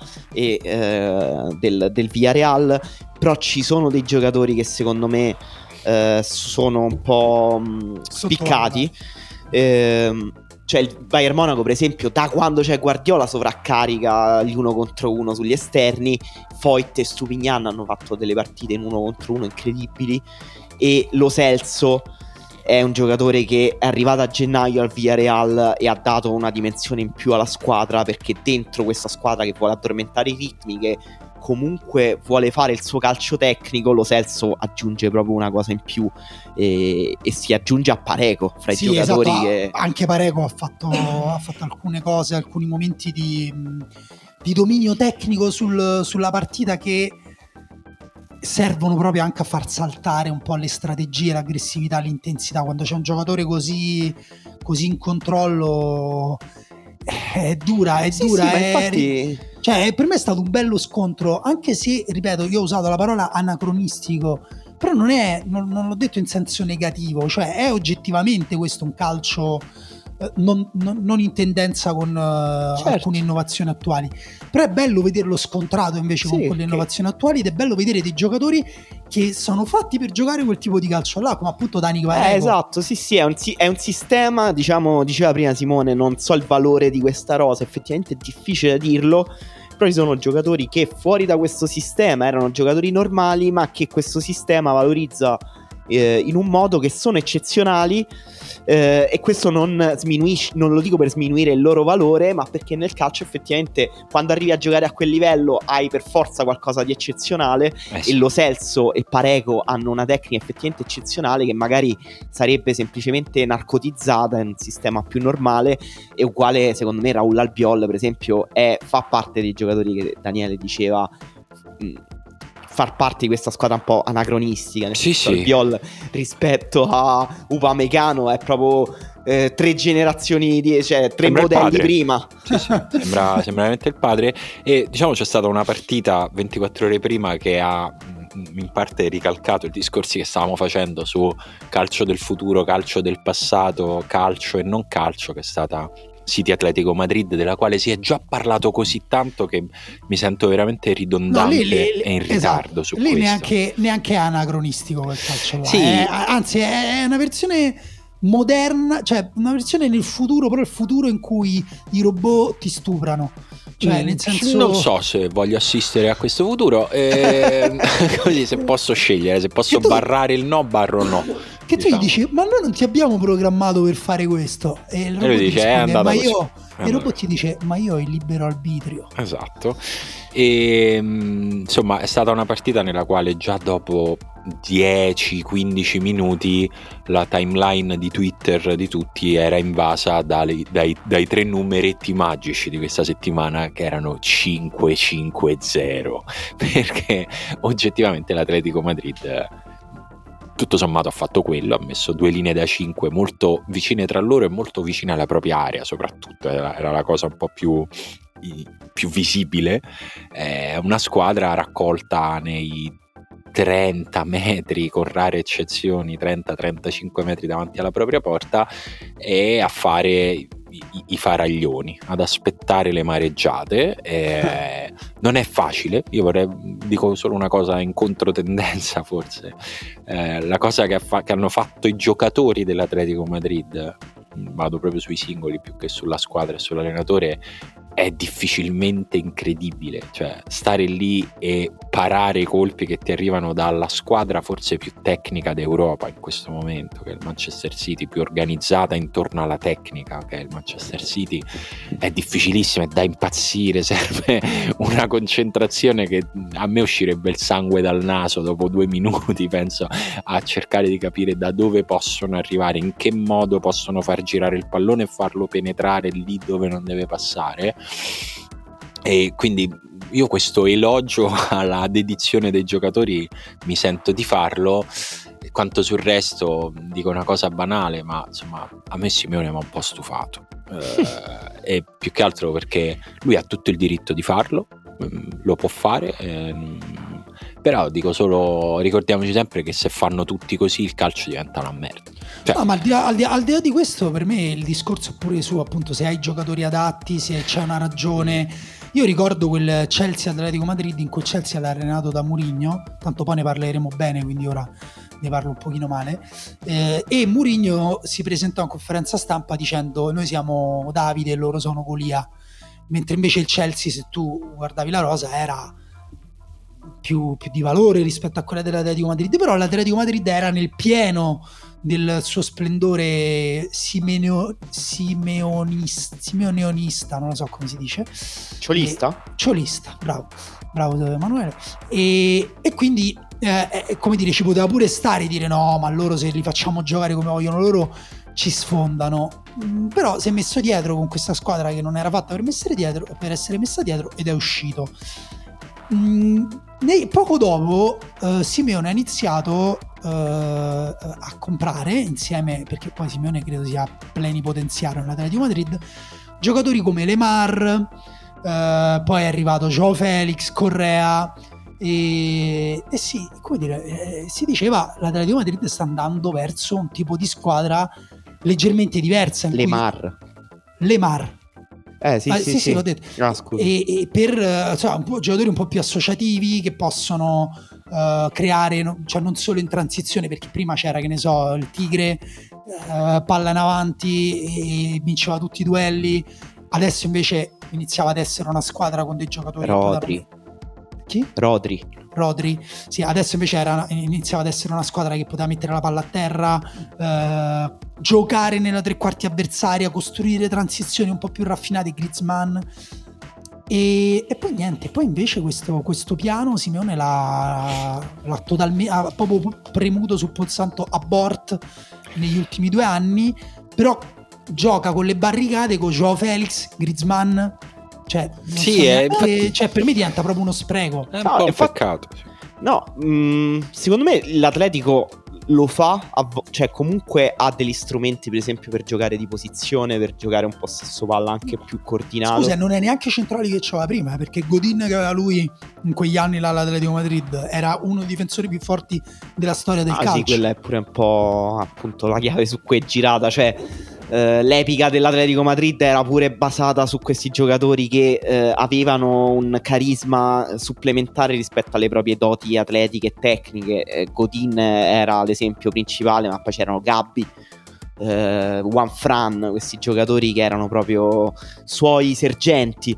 del Villarreal, però ci sono dei giocatori che secondo me sono un po' spiccati. Cioè il Bayern Monaco, per esempio, da quando c'è Guardiola sovraccarica gli 1 contro 1 sugli esterni. Foyt e Stupignan hanno fatto delle partite in 1 contro 1 incredibili, e Lo Celso è un giocatore che è arrivato a gennaio al Villarreal e ha dato una dimensione in più alla squadra, perché dentro questa squadra che vuole addormentare i ritmi, che comunque vuole fare il suo calcio tecnico, Lo Celso aggiunge proprio una cosa in più, e si aggiunge a Parejo fra i giocatori. Esatto. Che... anche Parejo ha fatto alcune cose, alcuni momenti di dominio tecnico sulla partita, che servono proprio anche a far saltare un po' le strategie, l'aggressività, l'intensità. Quando c'è un giocatore così in controllo, è dura. Sì, ma infatti... Cioè, per me è stato un bello scontro, anche se, ripeto, io ho usato la parola anacronistico, però non l'ho detto in senso negativo, cioè è oggettivamente questo un calcio non in tendenza con alcune innovazioni attuali, però è bello vederlo scontrato invece con quelle innovazioni attuali, ed è bello vedere dei giocatori che sono fatti per giocare quel tipo di calcio là, come appunto Dani Parejo. Esatto, sì, è un sistema, diciamo, diceva prima Simone, non so il valore di questa rosa, effettivamente è difficile da dirlo, però ci sono giocatori che fuori da questo sistema erano giocatori normali, ma che questo sistema valorizza in un modo che sono eccezionali, e questo non lo dico per sminuire il loro valore, ma perché nel calcio effettivamente quando arrivi a giocare a quel livello hai per forza qualcosa di eccezionale, sì. E Lo Celso e Parejo hanno una tecnica effettivamente eccezionale che magari sarebbe semplicemente narcotizzata in un sistema più normale. E uguale, secondo me, Raul Albiol, per esempio, fa parte dei giocatori che Daniele diceva far parte di questa squadra un po' anacronistica. Albiol rispetto a Upamecano è proprio 3 generazioni cioè 3 modelli prima. Sì. Sembra veramente il padre. E diciamo c'è stata una partita 24 ore prima che ha in parte ricalcato i discorsi che stavamo facendo su calcio del futuro, calcio del passato, calcio e non calcio, che è stata City Atletico Madrid, della quale si è già parlato così tanto che mi sento veramente ridondante e in ritardo su questo. Neanche anacronistico quel calcio là. Sì. Anzi è una versione moderna, cioè una versione nel futuro, però il futuro in cui i robot ti stuprano. Cioè, nel senso... Non so se voglio assistere a questo futuro, così, se posso scegliere, se posso barrare il no, barro no. Che tu gli dici, ma noi non ti abbiamo programmato per fare questo. E il robot dice, il robot ti dice, ma io ho il libero arbitrio. Esatto. E insomma è stata una partita nella quale già dopo 10-15 minuti la timeline di Twitter di tutti era invasa dai 3 numeretti magici di questa settimana, che erano 5-5-0, perché oggettivamente l'Atletico Madrid tutto sommato ha fatto quello, ha messo 2 linee da 5 molto vicine tra loro e molto vicine alla propria area, soprattutto era la cosa un po' più visibile. Una squadra raccolta nei 30 metri, con rare eccezioni 30-35 metri davanti alla propria porta, e a fare i faraglioni, ad aspettare le mareggiate. Non è facile. Io dico solo una cosa in controtendenza forse, la cosa che hanno fatto i giocatori dell'Atletico Madrid, vado proprio sui singoli più che sulla squadra e sull'allenatore, è difficilmente incredibile. Cioè stare lì e parare i colpi che ti arrivano dalla squadra forse più tecnica d'Europa in questo momento, che è il Manchester City, più organizzata intorno alla tecnica, che è il Manchester City, è difficilissimo, è da impazzire, serve una concentrazione che a me uscirebbe il sangue dal naso dopo 2 minuti, penso, a cercare di capire da dove possono arrivare, in che modo possono far girare il pallone e farlo penetrare lì dove non deve passare. E quindi io questo elogio alla dedizione dei giocatori mi sento di farlo. Quanto sul resto dico una cosa banale, ma insomma a me Simeone mi ha un po' stufato, e più che altro perché lui ha tutto il diritto di farlo, lo può fare, però dico solo, ricordiamoci sempre che se fanno tutti così il calcio diventa una merda. Cioè, no, ma al di là di questo, per me il discorso è pure su, appunto, se hai giocatori adatti, se c'è una ragione. Io ricordo quel Chelsea-Atletico Madrid in cui Chelsea l'ha allenato da Mourinho, tanto poi ne parleremo bene, quindi ora ne parlo un pochino male, e Mourinho si presentò in conferenza stampa dicendo: noi siamo Davide e loro sono Golia, mentre invece il Chelsea, se tu guardavi la rosa, era più di valore rispetto a quella dell'Atletico Madrid, però l'Atletico Madrid era nel pieno del suo splendore simeonista, non lo so come si dice, ciolista, bravo Emanuele, e quindi come dire, ci poteva pure stare e dire no, ma loro se li facciamo giocare come vogliono loro ci sfondano, però si è messo dietro con questa squadra che non era fatta per essere messa dietro, ed è uscito. Poco dopo Simeone ha iniziato a comprare insieme, perché poi Simeone credo sia plenipotenziario nell'Atletico Madrid, giocatori come Lemar, poi è arrivato Joao Felix, Correa, e sì, come dire, si diceva l'Atletico Madrid sta andando verso un tipo di squadra leggermente diversa. Lemar. Sì, l'ho detto. E per giocatori un po' più associativi che possono creare, cioè non solo in transizione, perché prima c'era, che ne so, il Tigre, palla in avanti e vinceva tutti i duelli. Adesso invece iniziava ad essere una squadra con dei giocatori. Chi? Rodri, sì, adesso invece iniziava ad essere una squadra che poteva mettere la palla a terra, giocare nella tre quarti avversaria, costruire transizioni un po' più raffinate, Griezmann, e poi niente. Poi invece questo piano Simeone l'ha totalmente, ha proprio premuto sul pulsante abort negli ultimi 2 anni, però gioca con le barricate, con Joao Felix, Griezmann. Cioè, cioè, per me diventa proprio uno spreco. È un po' un peccato. No, secondo me l'Atletico lo fa, cioè comunque ha degli strumenti, per esempio per giocare di posizione, per giocare un possesso palla anche più coordinato. Scusa, non è neanche centrali che c'aveva prima, perché Godin, che aveva lui in quegli anni là all'Atletico Madrid, era uno dei difensori più forti della storia del calcio. Sì, quella è pure un po' appunto la chiave su cui è girata, cioè l'epica dell'Atletico Madrid era pure basata su questi giocatori che avevano un carisma supplementare rispetto alle proprie doti atletiche e tecniche. Godin era l'esempio principale, ma poi c'erano Gabby, Juan Fran, questi giocatori che erano proprio suoi sergenti.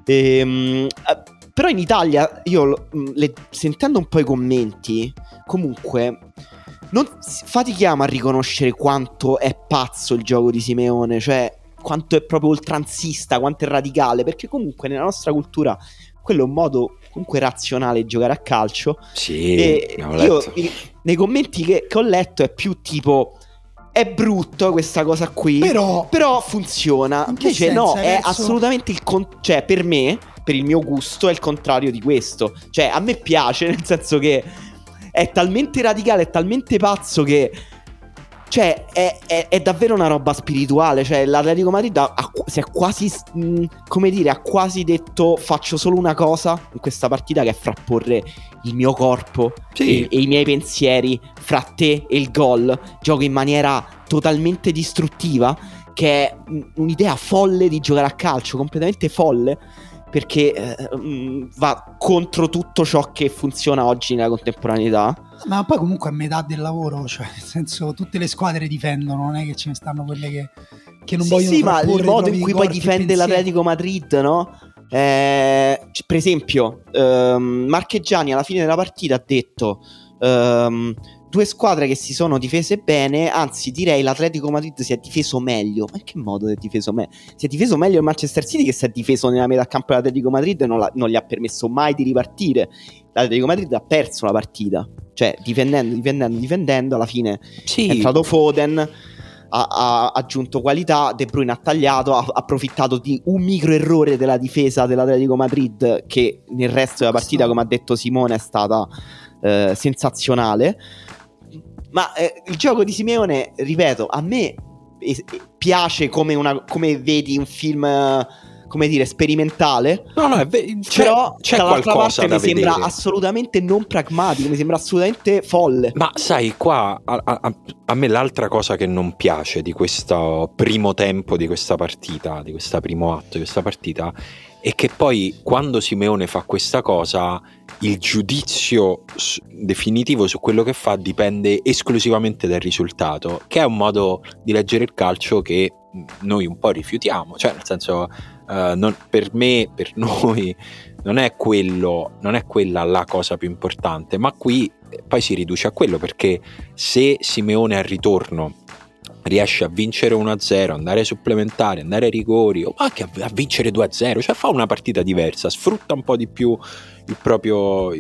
Però in Italia io sentendo un po' i commenti, comunque fatichiamo a riconoscere quanto è pazzo il gioco di Simeone, cioè quanto è proprio oltranzista, quanto è radicale, perché comunque nella nostra cultura quello è un modo comunque razionale di giocare a calcio. Sì, e io nei commenti che ho letto è più tipo è brutto questa cosa qui, però funziona. Invece no, è assolutamente cioè per me, per il mio gusto, è il contrario di questo. Cioè a me piace, nel senso che è talmente radicale, è talmente pazzo che, cioè è davvero una roba spirituale. Cioè l'Atletico Madrid si è quasi come dire, ha quasi detto faccio solo una cosa in questa partita, che è frapporre il mio corpo e i miei pensieri fra te e il gol. Gioco in maniera totalmente distruttiva, che è un'idea folle di giocare a calcio, completamente folle, perché va contro tutto ciò che funziona oggi nella contemporaneità. Ma poi comunque è metà del lavoro, cioè nel senso tutte le squadre difendono, non è che ce ne stanno quelle che non vogliono. Sì, ma il modo in cui poi difende l'Atletico Madrid, no? Per esempio Marchegiani alla fine della partita ha detto due squadre che si sono difese bene, anzi direi l'Atletico Madrid si è difeso meglio. Ma in che modo si è difeso meglio? Si è difeso meglio il Manchester City, che si è difeso nella metà campo dell'Atletico Madrid e non gli ha permesso mai di ripartire. L'Atletico Madrid ha perso la partita, cioè difendendo, alla fine è entrato Foden, ha aggiunto qualità, De Bruyne ha tagliato, ha approfittato di un micro errore della difesa dell'Atletico Madrid, che nel resto della partita, come ha detto Simone, è stata sensazionale. Ma il gioco di Simeone, ripeto, a me piace come vedi un film, come dire, sperimentale. Però c'è dall'altra qualcosa parte da mi sembra vedere. Assolutamente non pragmatico, mi sembra assolutamente folle. Ma sai, qua a me l'altra cosa che non piace di questo primo tempo di questa partita, di questo primo atto di questa partita, è che poi quando Simeone fa questa cosa, il giudizio definitivo su quello che fa dipende esclusivamente dal risultato, che è un modo di leggere il calcio che noi un po' rifiutiamo. Cioè, nel senso, per me, per noi non è quella la cosa più importante, ma qui poi si riduce a quello, perché se Simeone al ritorno riesce a vincere 1-0, andare ai supplementari, andare ai rigori, o anche a vincere 2-0, cioè fa una partita diversa, sfrutta un po' di più il proprio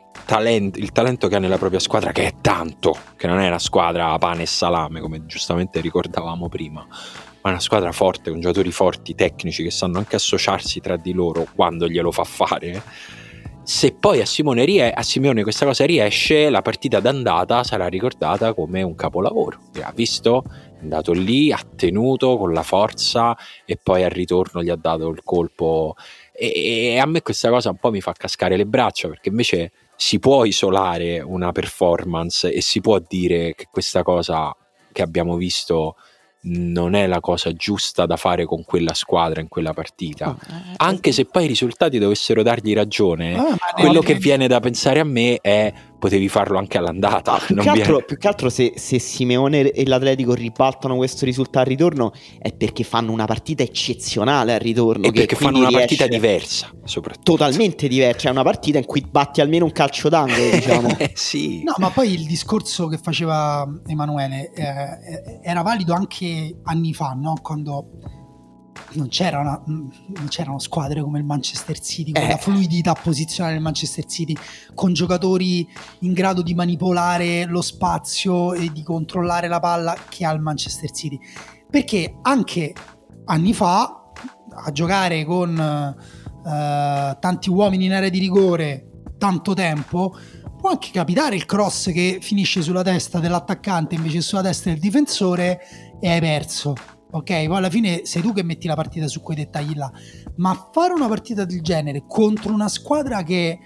talento che ha nella propria squadra, che è tanto, che non è una squadra a pane e salame come giustamente ricordavamo prima, ma è una squadra forte, con giocatori forti, tecnici, che sanno anche associarsi tra di loro quando glielo fa fare. Se poi a Simeone questa cosa riesce, la partita d'andata sarà ricordata come un capolavoro. Ha visto? È andato lì, ha tenuto con la forza e poi al ritorno gli ha dato il colpo. E a me questa cosa un po' mi fa cascare le braccia, perché invece si può isolare una performance e si può dire che questa cosa che abbiamo visto non è la cosa giusta da fare con quella squadra in quella partita, anche se poi i risultati dovessero dargli ragione. Quello che viene da pensare a me è: potevi farlo anche all'andata. Più che altro se Simeone e l'Atletico ribaltano questo risultato al ritorno, è perché fanno una partita eccezionale al ritorno, e perché fanno una partita diversa, soprattutto totalmente diversa. È una partita in cui batti almeno un calcio d'angolo, diciamo. Sì. No, ma poi il discorso che faceva Emanuele era valido anche anni fa, no? Quando non c'erano squadre come il Manchester City, con la fluidità posizionale del Manchester City, con giocatori in grado di manipolare lo spazio e di controllare la palla, che ha il Manchester City. Perché anche anni fa, a giocare con tanti uomini in area di rigore tanto tempo, può anche capitare il cross che finisce sulla testa dell'attaccante invece sulla testa del difensore e hai perso. Ok, poi alla fine sei tu che metti la partita su quei dettagli là, ma fare una partita del genere contro una squadra che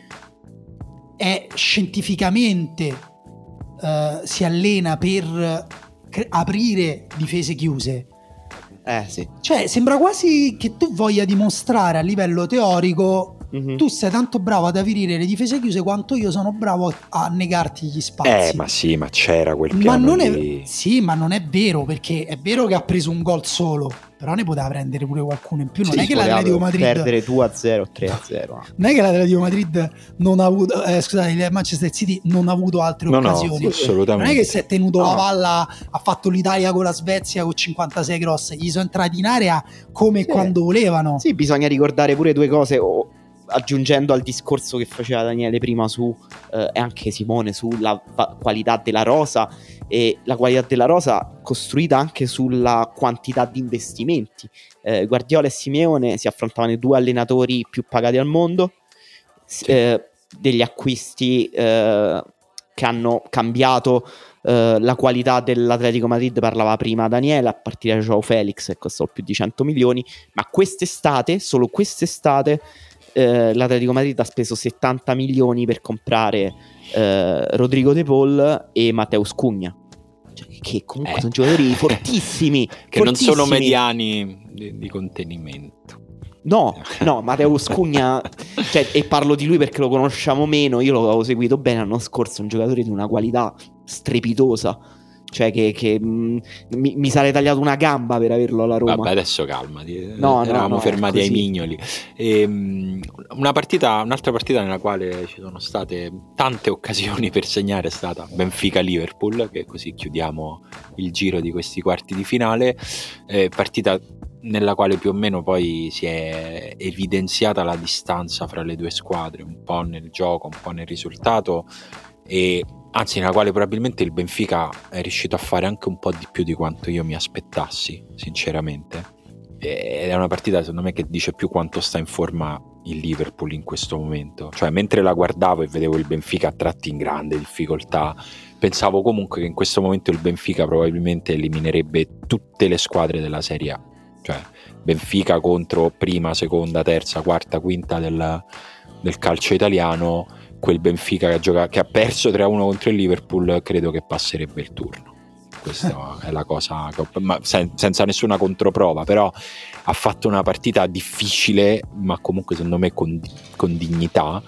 è scientificamente si allena per aprire difese chiuse, sì. Cioè sembra quasi che tu voglia dimostrare a livello teorico tu sei tanto bravo ad aprire le difese chiuse quanto io sono bravo a negarti gli spazi. Ma sì, ma c'era quel piano lì. Sì, ma non è vero, perché è vero che ha preso un gol solo, però ne poteva prendere pure qualcuno in più. Non è che l'Atletico Madrid perdere 2-0, 3-0. Non è che l'Atletico Madrid non ha avuto, scusate, il Manchester City non ha avuto altre occasioni. No, assolutamente. Non è che si è tenuto la palla, ha fatto l'Italia con la Svezia con 56 cross, gli sono entrati in area come quando volevano. Sì, bisogna ricordare pure due cose, aggiungendo al discorso che faceva Daniele prima su e anche Simone sulla qualità della rosa, e la qualità della rosa costruita anche sulla quantità di investimenti. Guardiola e Simeone si affrontavano i 2 allenatori più pagati al mondo, degli acquisti che hanno cambiato la qualità dell'Atletico Madrid. Parlava prima Daniele, a partire da Joao Felix che costò più di 100 milioni, ma quest'estate, solo quest'estate, l'Atletico Madrid ha speso 70 milioni per comprare Rodrigo De Paul e Mateus Cunha, cioè, che comunque sono giocatori fortissimi che non sono mediani di contenimento. No, Mateus Cunha, cioè, e parlo di lui perché lo conosciamo meno, io l'avevo seguito bene l'anno scorso, un giocatore di una qualità strepitosa, cioè che mi sarei tagliato una gamba per averlo alla Roma. Vabbè, adesso calmati, eravamo fermati ai mignoli. Un'altra partita nella quale ci sono state tante occasioni per segnare è stata Benfica-Liverpool, che così chiudiamo il giro di questi quarti di finale, partita nella quale più o meno poi si è evidenziata la distanza fra le due squadre, un po' nel gioco, un po' nel risultato, e anzi nella quale probabilmente il Benfica è riuscito a fare anche un po' di più di quanto io mi aspettassi, sinceramente. Ed è una partita, secondo me, che dice più quanto sta in forma il Liverpool in questo momento. Cioè, mentre la guardavo e vedevo il Benfica a tratti in grande difficoltà, pensavo comunque che in questo momento il Benfica probabilmente eliminerebbe tutte le squadre della Serie A. Cioè, Benfica contro prima, seconda, terza, quarta, quinta del calcio italiano, quel Benfica che ha perso 3-1 contro il Liverpool, credo che passerebbe il turno. Questa è la cosa senza nessuna controprova, però ha fatto una partita difficile, ma comunque secondo me con dignità.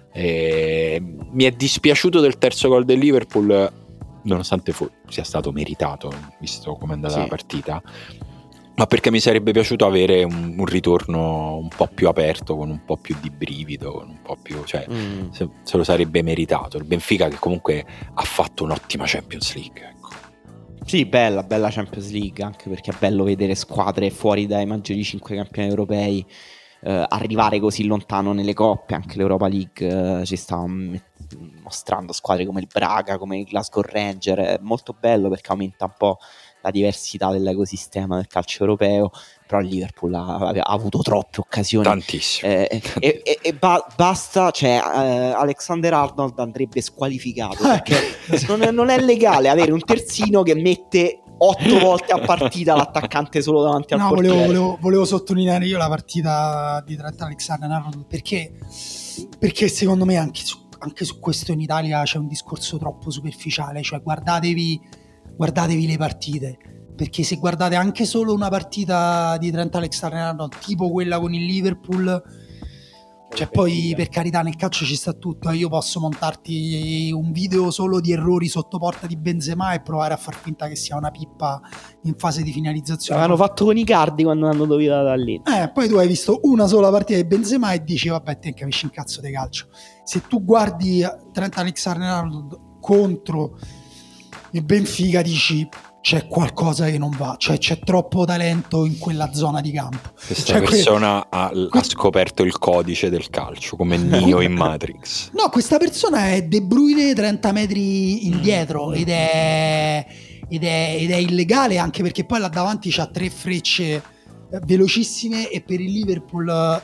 Mi è dispiaciuto del terzo gol del Liverpool, nonostante sia stato meritato, visto come è andata la partita, ma perché mi sarebbe piaciuto avere un ritorno un po' più aperto, con un po' più di brivido, con un po' più, cioè se lo sarebbe meritato il Benfica, che comunque ha fatto un'ottima Champions League, ecco. Sì, bella Champions League, anche perché è bello vedere squadre fuori dai maggiori 5 campioni europei arrivare così lontano nelle coppe. Anche l'Europa League ci sta mostrando squadre come il Braga, come il Glasgow Rangers. È molto bello perché aumenta un po' la diversità dell'ecosistema del calcio europeo. Però il Liverpool ha avuto troppe occasioni, tantissime, e basta, cioè Alexander-Arnold andrebbe squalificato, perché non è legale avere un terzino che mette 8 volte a partita l'attaccante solo davanti al portiere. Volevo sottolineare io la partita di Trent Alexander-Arnold perché secondo me anche su questo in Italia c'è un discorso troppo superficiale. Cioè guardatevi le partite, perché se guardate anche solo una partita di Trent Alexander-Arnold tipo quella con il Liverpool, cioè poi per carità nel calcio ci sta tutto, io posso montarti un video solo di errori sotto porta di Benzema e provare a far finta che sia una pippa in fase di finalizzazione. L'hanno fatto con Icardi quando hanno dovuto da lì. Poi tu hai visto una sola partita di Benzema e dici vabbè, te capisci un cazzo di calcio. Se tu guardi Trent Alexander-Arnold contro il Benfica dici c'è qualcosa che non va, cioè c'è troppo talento in quella zona di campo. Questa persona ha scoperto il codice del calcio, come Neo in Matrix. No, questa persona è De Bruyne 30 metri indietro ed è illegale, anche perché poi là davanti c'ha 3 frecce velocissime, e per il Liverpool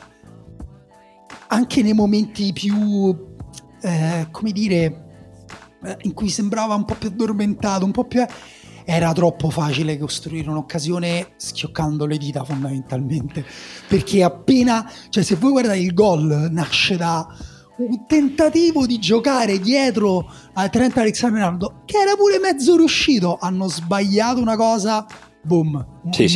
anche nei momenti più come dire, in cui sembrava un po' più addormentato, un po' più era troppo facile costruire un'occasione schioccando le dita, fondamentalmente, perché appena, cioè se voi guardate il gol nasce da un tentativo di giocare dietro a Trent Alexander-Arnold che era pure mezzo riuscito. Hanno sbagliato una cosa boom,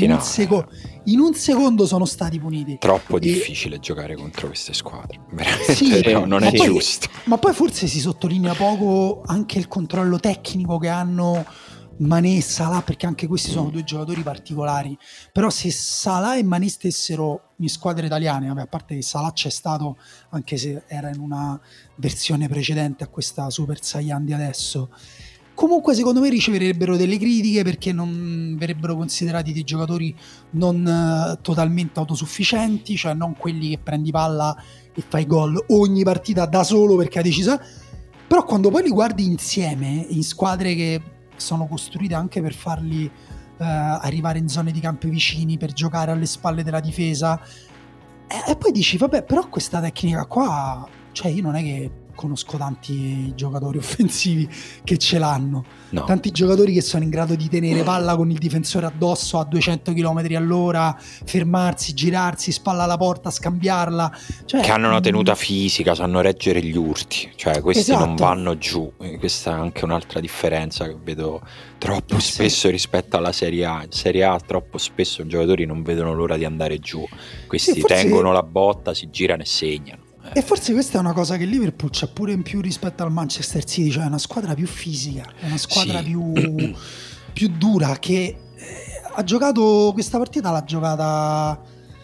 in un secondo sono stati puniti. Troppo difficile giocare contro queste squadre, veramente non è giusto. Ma poi forse si sottolinea poco anche il controllo tecnico che hanno Mané e Salah, perché anche questi sono due giocatori particolari. Però se Salah e Mané stessero in squadre italiane, a parte che Salah c'è stato anche se era in una versione precedente a questa Super Saiyan di adesso, comunque secondo me riceverebbero delle critiche perché non verrebbero considerati dei giocatori non totalmente autosufficienti, cioè non quelli che prendi palla e fai gol ogni partita da solo perché hai deciso. Però quando poi li guardi insieme in squadre che sono costruite anche per farli arrivare in zone di campo vicini, per giocare alle spalle della difesa, e poi dici vabbè, però questa tecnica qua, cioè io non è che conosco tanti giocatori offensivi che ce l'hanno, tanti giocatori che sono in grado di tenere palla con il difensore addosso a 200 km all'ora, fermarsi, girarsi, spalla alla porta, scambiarla, cioè, che hanno una tenuta fisica, sanno reggere gli urti, cioè questi non vanno giù. Questa è anche un'altra differenza che vedo troppo spesso rispetto alla Serie A. In Serie A troppo spesso i giocatori non vedono l'ora di andare giù, questi tengono la botta, si girano e segnano. E forse questa è una cosa che Liverpool c'ha pure in più rispetto al Manchester City, cioè è una squadra più fisica, è una squadra più dura, che ha giocato questa partita, l'ha giocata,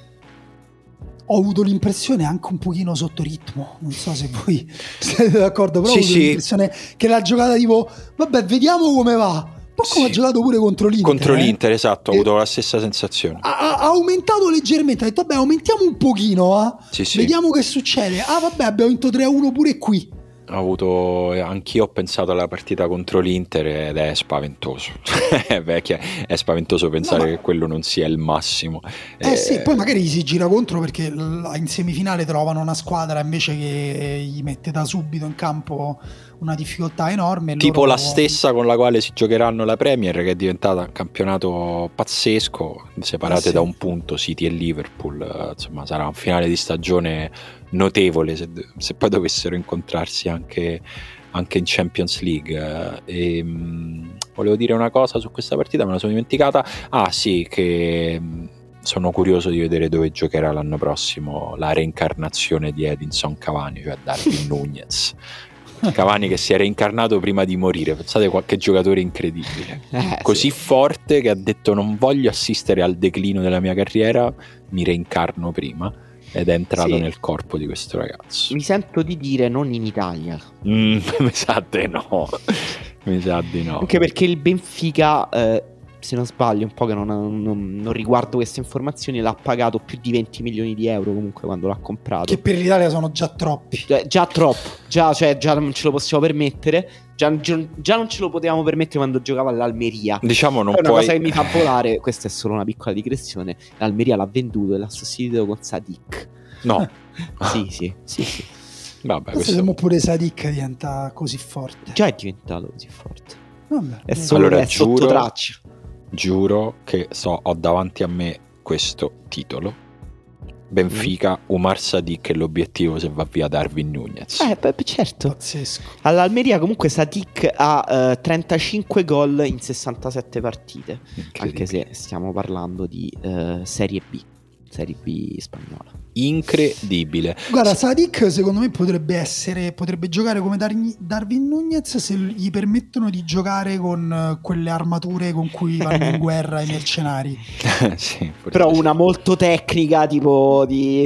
ho avuto l'impressione anche un pochino sotto ritmo, non so se voi siete d'accordo, però ho avuto l'impressione che l'ha giocata tipo vabbè, vediamo come va. Un po' come ha giocato pure contro l'Inter. Contro l'Inter, esatto, ho avuto la stessa sensazione. Ha aumentato leggermente, ha detto vabbè, aumentiamo un pochino, vediamo che succede. Vabbè, abbiamo vinto 3-1 pure qui. Anch'io ho pensato alla partita contro l'Inter ed è spaventoso. È spaventoso pensare che quello non sia il massimo. Sì, poi magari gli si gira contro perché in semifinale trovano una squadra invece che gli mette da subito in campo una difficoltà enorme. Tipo la stessa con la quale si giocheranno la Premier, che è diventata un campionato pazzesco, separate da un punto City e Liverpool. Insomma, sarà un finale di stagione notevole se poi dovessero incontrarsi anche in Champions League. Volevo dire una cosa su questa partita, me la sono dimenticata. Che sono curioso di vedere dove giocherà l'anno prossimo la reincarnazione di Edinson Cavani, cioè Darwin Núñez. Cavani che si è reincarnato prima di morire. Pensate, qualche giocatore incredibile, così forte, che ha detto non voglio assistere al declino della mia carriera, mi reincarno prima, ed è entrato nel corpo di questo ragazzo. Mi sento di dire non in Italia. Mi sa di no. Anche perché il Benfica, se non sbaglio, un po' che non riguardo queste informazioni, l'ha pagato più di 20 milioni di euro comunque quando l'ha comprato, che per l'Italia sono già troppi, già non ce lo possiamo permettere, già non ce lo potevamo permettere quando giocava all'Almeria. Diciamo, non una cosa che mi fa volare, questa è solo una piccola digressione, l'Almeria l'ha venduto e l'ha sostituito con Sadik. No. sì. Vabbè, se pure Sadik diventa così forte. Già è diventato così forte. Vabbè, è solo sotto traccia. Giuro che ho davanti a me questo titolo: Benfica, Umar Sadik è l'obiettivo se va via Darwin Núñez. Certo. Pazzesco. All'Almeria comunque Sadik ha 35 gol in 67 partite, anche se stiamo parlando di Serie B spagnola. Incredibile. Guarda, Sadik secondo me potrebbe giocare come Darwin Núñez se gli permettono di giocare con quelle armature con cui vanno in guerra i mercenari. Però una molto tecnica, tipo di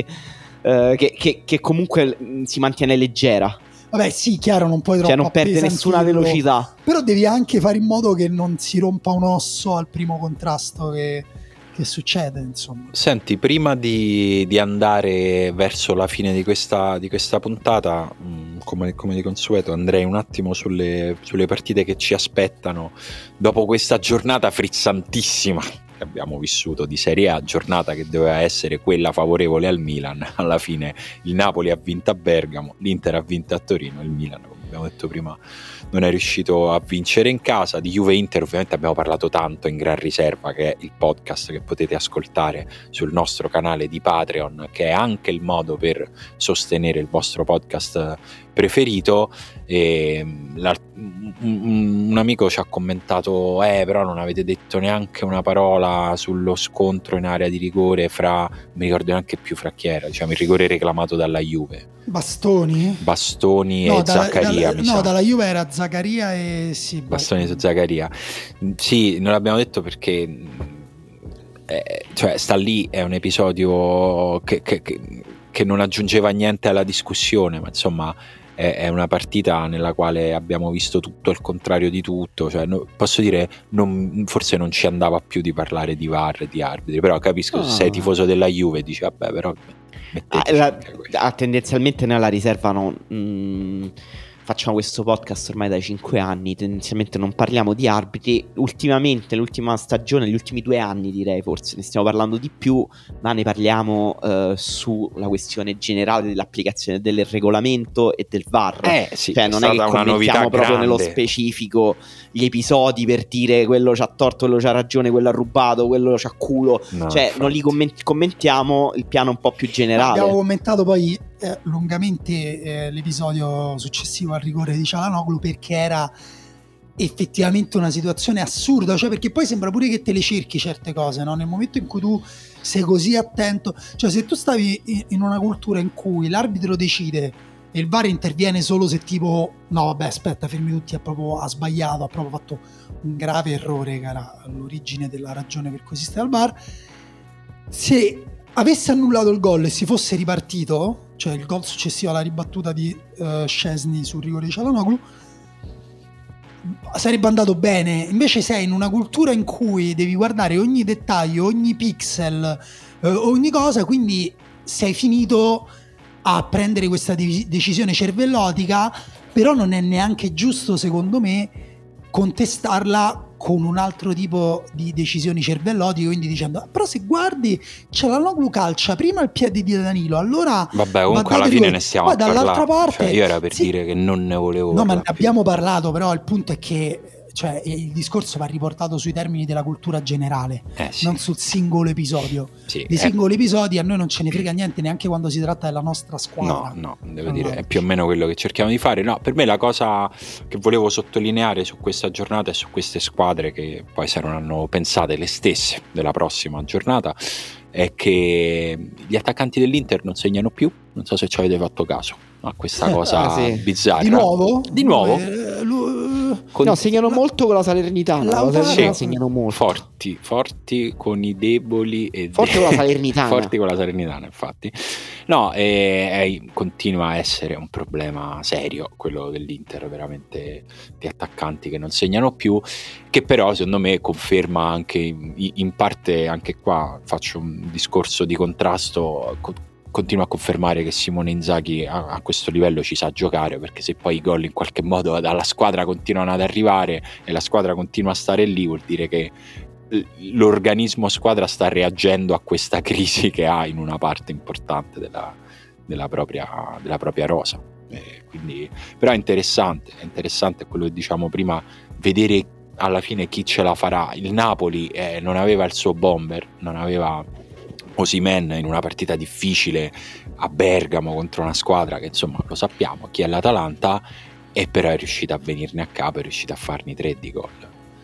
che comunque si mantiene leggera. Vabbè, sì, chiaro, non puoi troppo, non perde nessuna velocità, però devi anche fare in modo che non si rompa un osso al primo contrasto che succede, insomma. Senti, prima di andare verso la fine di questa puntata, come di consueto, andrei un attimo sulle partite che ci aspettano dopo questa giornata frizzantissima che abbiamo vissuto di Serie A, giornata che doveva essere quella favorevole al Milan. Alla fine il Napoli ha vinto a Bergamo, l'Inter ha vinto a Torino, il Milan abbiamo detto prima, non è riuscito a vincere in casa. Di Juve-Inter ovviamente abbiamo parlato tanto in Gran Riserva, che è il podcast che potete ascoltare sul nostro canale di Patreon, che è anche il modo per sostenere il vostro podcast preferito. E un amico ci ha commentato però non avete detto neanche una parola sullo scontro in area di rigore fra, mi ricordo neanche più fra chi era, diciamo il rigore reclamato dalla Juve, Bastoni no, e Zaccaria dalla Juve era Zaccaria e sì, Bastoni e Zaccaria. Sì, non l'abbiamo detto perché cioè sta lì, è un episodio che non aggiungeva niente alla discussione, ma insomma è una partita nella quale abbiamo visto tutto il contrario di tutto, cioè, posso dire, forse non ci andava più di parlare di VAR e di arbitri, però capisco, se sei tifoso della Juve dici vabbè, però tendenzialmente nella riserva facciamo questo podcast ormai da 5 anni, tendenzialmente non parliamo di arbitri. Ultimamente, l'ultima stagione, gli ultimi 2 anni direi, forse ne stiamo parlando di più, ma ne parliamo sulla questione generale dell'applicazione del regolamento e del VAR. Sì, cioè non è che commentiamo proprio nello specifico gli episodi per dire quello c'ha torto, quello c'ha ragione, quello ha rubato, quello c'ha culo, no, cioè infatti. Non li commentiamo il piano un po' più generale. Abbiamo commentato poi lungamente l'episodio successivo al rigore di Çalhanoğlu, perché era effettivamente una situazione assurda, cioè perché poi sembra pure che te le cerchi certe cose, no? Nel momento in cui tu sei così attento, cioè se tu stavi in una cultura in cui l'arbitro decide e il VAR interviene solo se tipo no vabbè aspetta fermi tutti, ha sbagliato, ha proprio fatto un grave errore che era l'origine della ragione per cui esiste il VAR, se avesse annullato il gol e si fosse ripartito, cioè il gol successivo alla ribattuta di Szczęsny sul rigore di Çalhanoğlu, sarebbe andato bene. Invece sei in una cultura in cui devi guardare ogni dettaglio, ogni pixel, ogni cosa, quindi sei finito a prendere questa decisione cervellotica, però non è neanche giusto secondo me contestarla con un altro tipo di decisioni cervellotiche, quindi dicendo però se guardi Çalhanoğlu calcia prima il piede di Danilo, allora vabbè comunque alla fine ne stiamo a parlare, dall'altra parte, cioè, io era per dire che non ne volevo no, ma ne abbiamo parlato, però il punto è che cioè il discorso va riportato sui termini della cultura generale, sì. Non sul singolo episodio. Sì, dei singoli episodi a noi non ce ne frega niente, neanche quando si tratta della nostra squadra. No, devo dire, è più o meno quello che cerchiamo di fare. No, per me la cosa che volevo sottolineare su questa giornata e su queste squadre, che poi saranno pensate le stesse della prossima giornata, è che gli attaccanti dell'Inter non segnano più. Non so se ci avete fatto caso a questa cosa bizzarra. Di nuovo? No, segnano molto con la Salernitana. Segnano molto. Forti con i deboli e forti con la Salernitana. Forti con la Salernitana, infatti. No, continua a essere un problema serio quello dell'Inter, veramente, di attaccanti che non segnano più, che però secondo me conferma anche in parte, anche qua faccio un discorso di contrasto, continua a confermare che Simone Inzaghi a questo livello ci sa giocare, perché se poi i gol in qualche modo dalla squadra continuano ad arrivare e la squadra continua a stare lì, vuol dire che l'organismo squadra sta reagendo a questa crisi che ha in una parte importante della propria rosa. Quindi, però è interessante quello che diciamo prima, vedere alla fine chi ce la farà. Il Napoli non aveva il suo bomber, non aveva Osimhen in una partita difficile a Bergamo contro una squadra che insomma lo sappiamo chi è l'Atalanta, e però è riuscita a venirne a capo, è riuscita a farne 3 di gol.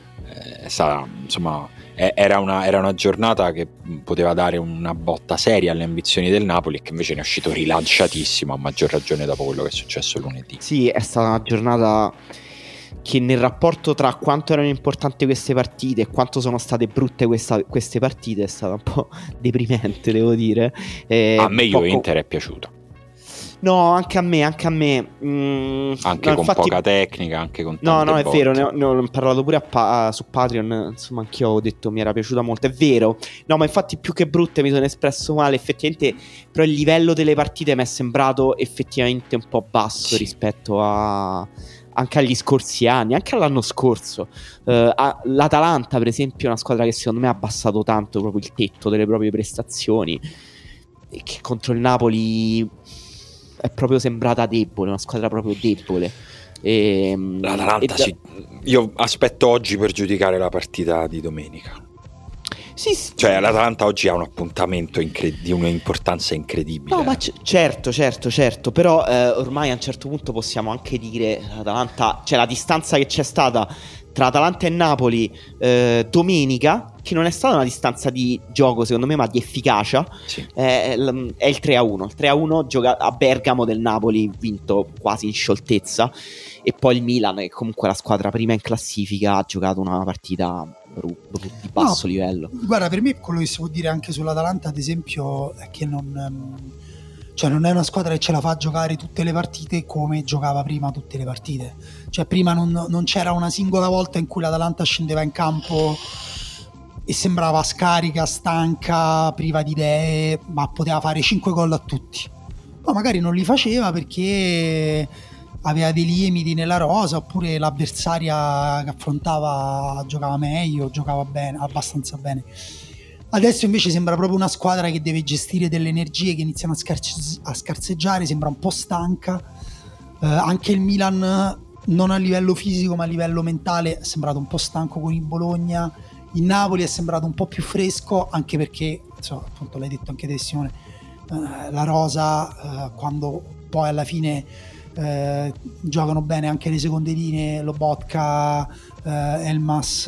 È stata, insomma, era una giornata che poteva dare una botta seria alle ambizioni del Napoli, e che invece ne è uscito rilanciatissimo, a maggior ragione dopo quello che è successo lunedì. Sì, è stata una giornata che nel rapporto tra quanto erano importanti queste partite e quanto sono state brutte queste partite è stata un po' deprimente, devo dire. A me Juve-Inter è piaciuto. No, anche a me. Anche con infatti, poca tecnica, anche con tante No, è botte. vero, ne ho parlato pure su Patreon, insomma anch'io ho detto mi era piaciuta molto, è vero. No, ma infatti più che brutte mi sono espresso male, effettivamente, però il livello delle partite mi è sembrato effettivamente un po' basso, sì, rispetto anche agli scorsi anni, anche all'anno scorso. L'Atalanta, per esempio, è una squadra che secondo me ha abbassato tanto proprio il tetto delle proprie prestazioni, e che contro il Napoli è proprio sembrata debole, una squadra proprio debole. L'Atalanta io aspetto oggi per giudicare la partita di domenica. Sì. Cioè l'Atalanta oggi ha un appuntamento di un'importanza incredibile. No, ma certo, però ormai a un certo punto possiamo anche dire l'Atalanta, cioè la distanza che c'è stata tra Atalanta e Napoli domenica, che non è stata una distanza di gioco secondo me, ma di efficacia, sì. È il 3-1. Il 3-1 gioca a Bergamo del Napoli, vinto quasi in scioltezza, e poi il Milan, che comunque è la squadra prima in classifica, ha giocato una partita di basso livello. Guarda, per me quello che si può dire anche sull'Atalanta, ad esempio, è che non è una squadra che ce la fa giocare tutte le partite come giocava prima tutte le partite. Cioè prima non c'era una singola volta in cui l'Atalanta scendeva in campo e sembrava scarica, stanca, priva di idee, ma poteva fare 5 gol a tutti. Poi magari non li faceva perché aveva dei limiti nella rosa, oppure l'avversaria che affrontava giocava meglio, giocava bene, abbastanza bene. Adesso invece sembra proprio una squadra che deve gestire delle energie che iniziano a scarseggiare, sembra un po' stanca. Anche il Milan, non a livello fisico ma a livello mentale, è sembrato un po' stanco con il Bologna. Il Napoli è sembrato un po' più fresco, anche perché, insomma, appunto l'hai detto anche te Simone, la rosa, quando poi alla fine giocano bene anche le seconde linee, Lobotka, Elmas,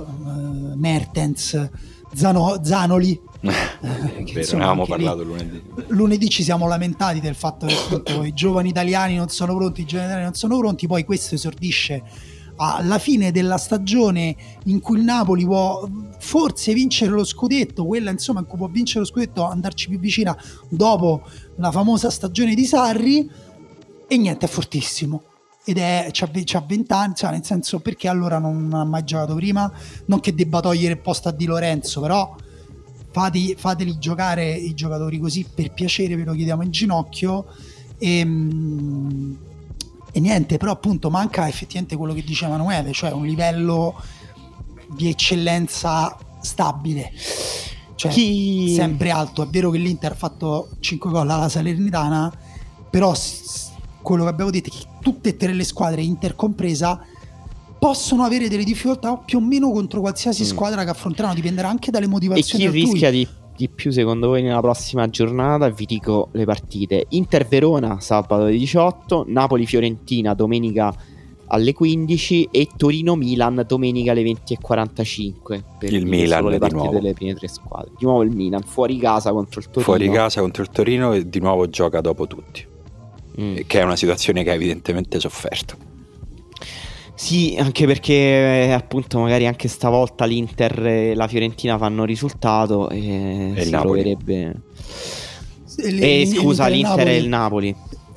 Mertens, Zanoli, ne avevamo parlato lunedì ci siamo lamentati del fatto che appunto, i giovani italiani non sono pronti, poi questo esordisce alla fine della stagione in cui il Napoli può forse vincere lo scudetto, quella insomma in cui può vincere lo scudetto, andarci più vicina dopo la famosa stagione di Sarri, e niente, è fortissimo ed c'ha 20 anni, cioè, nel senso, perché allora non ha mai giocato prima? Non che debba togliere il posto a Di Lorenzo, però fateli giocare i giocatori così, per piacere, ve lo chiediamo in ginocchio. E niente, però appunto manca effettivamente quello che diceva Emanuele, cioè un livello di eccellenza stabile, cioè sempre alto. È vero che l'Inter ha fatto 5 gol alla Salernitana, però quello che abbiamo detto è che tutte e tre le squadre, Inter compresa, possono avere delle difficoltà più o meno contro qualsiasi squadra che affronteranno, dipenderà anche dalle motivazioni. E chi rischia di più secondo voi nella prossima giornata? Vi dico le partite: Inter-Verona sabato alle 18, Napoli-Fiorentina domenica alle 15 e Torino-Milan domenica alle 20:45. Per il Milan le di partite nuovo delle prime tre squadre. Di nuovo il Milan fuori casa contro il Torino. Fuori casa contro il Torino, e di nuovo gioca dopo tutti, che è una situazione che ha evidentemente sofferto. Sì, anche perché appunto magari anche stavolta l'Inter e la Fiorentina fanno risultato e il si Napoli troverebbe l'Inter e il Napoli.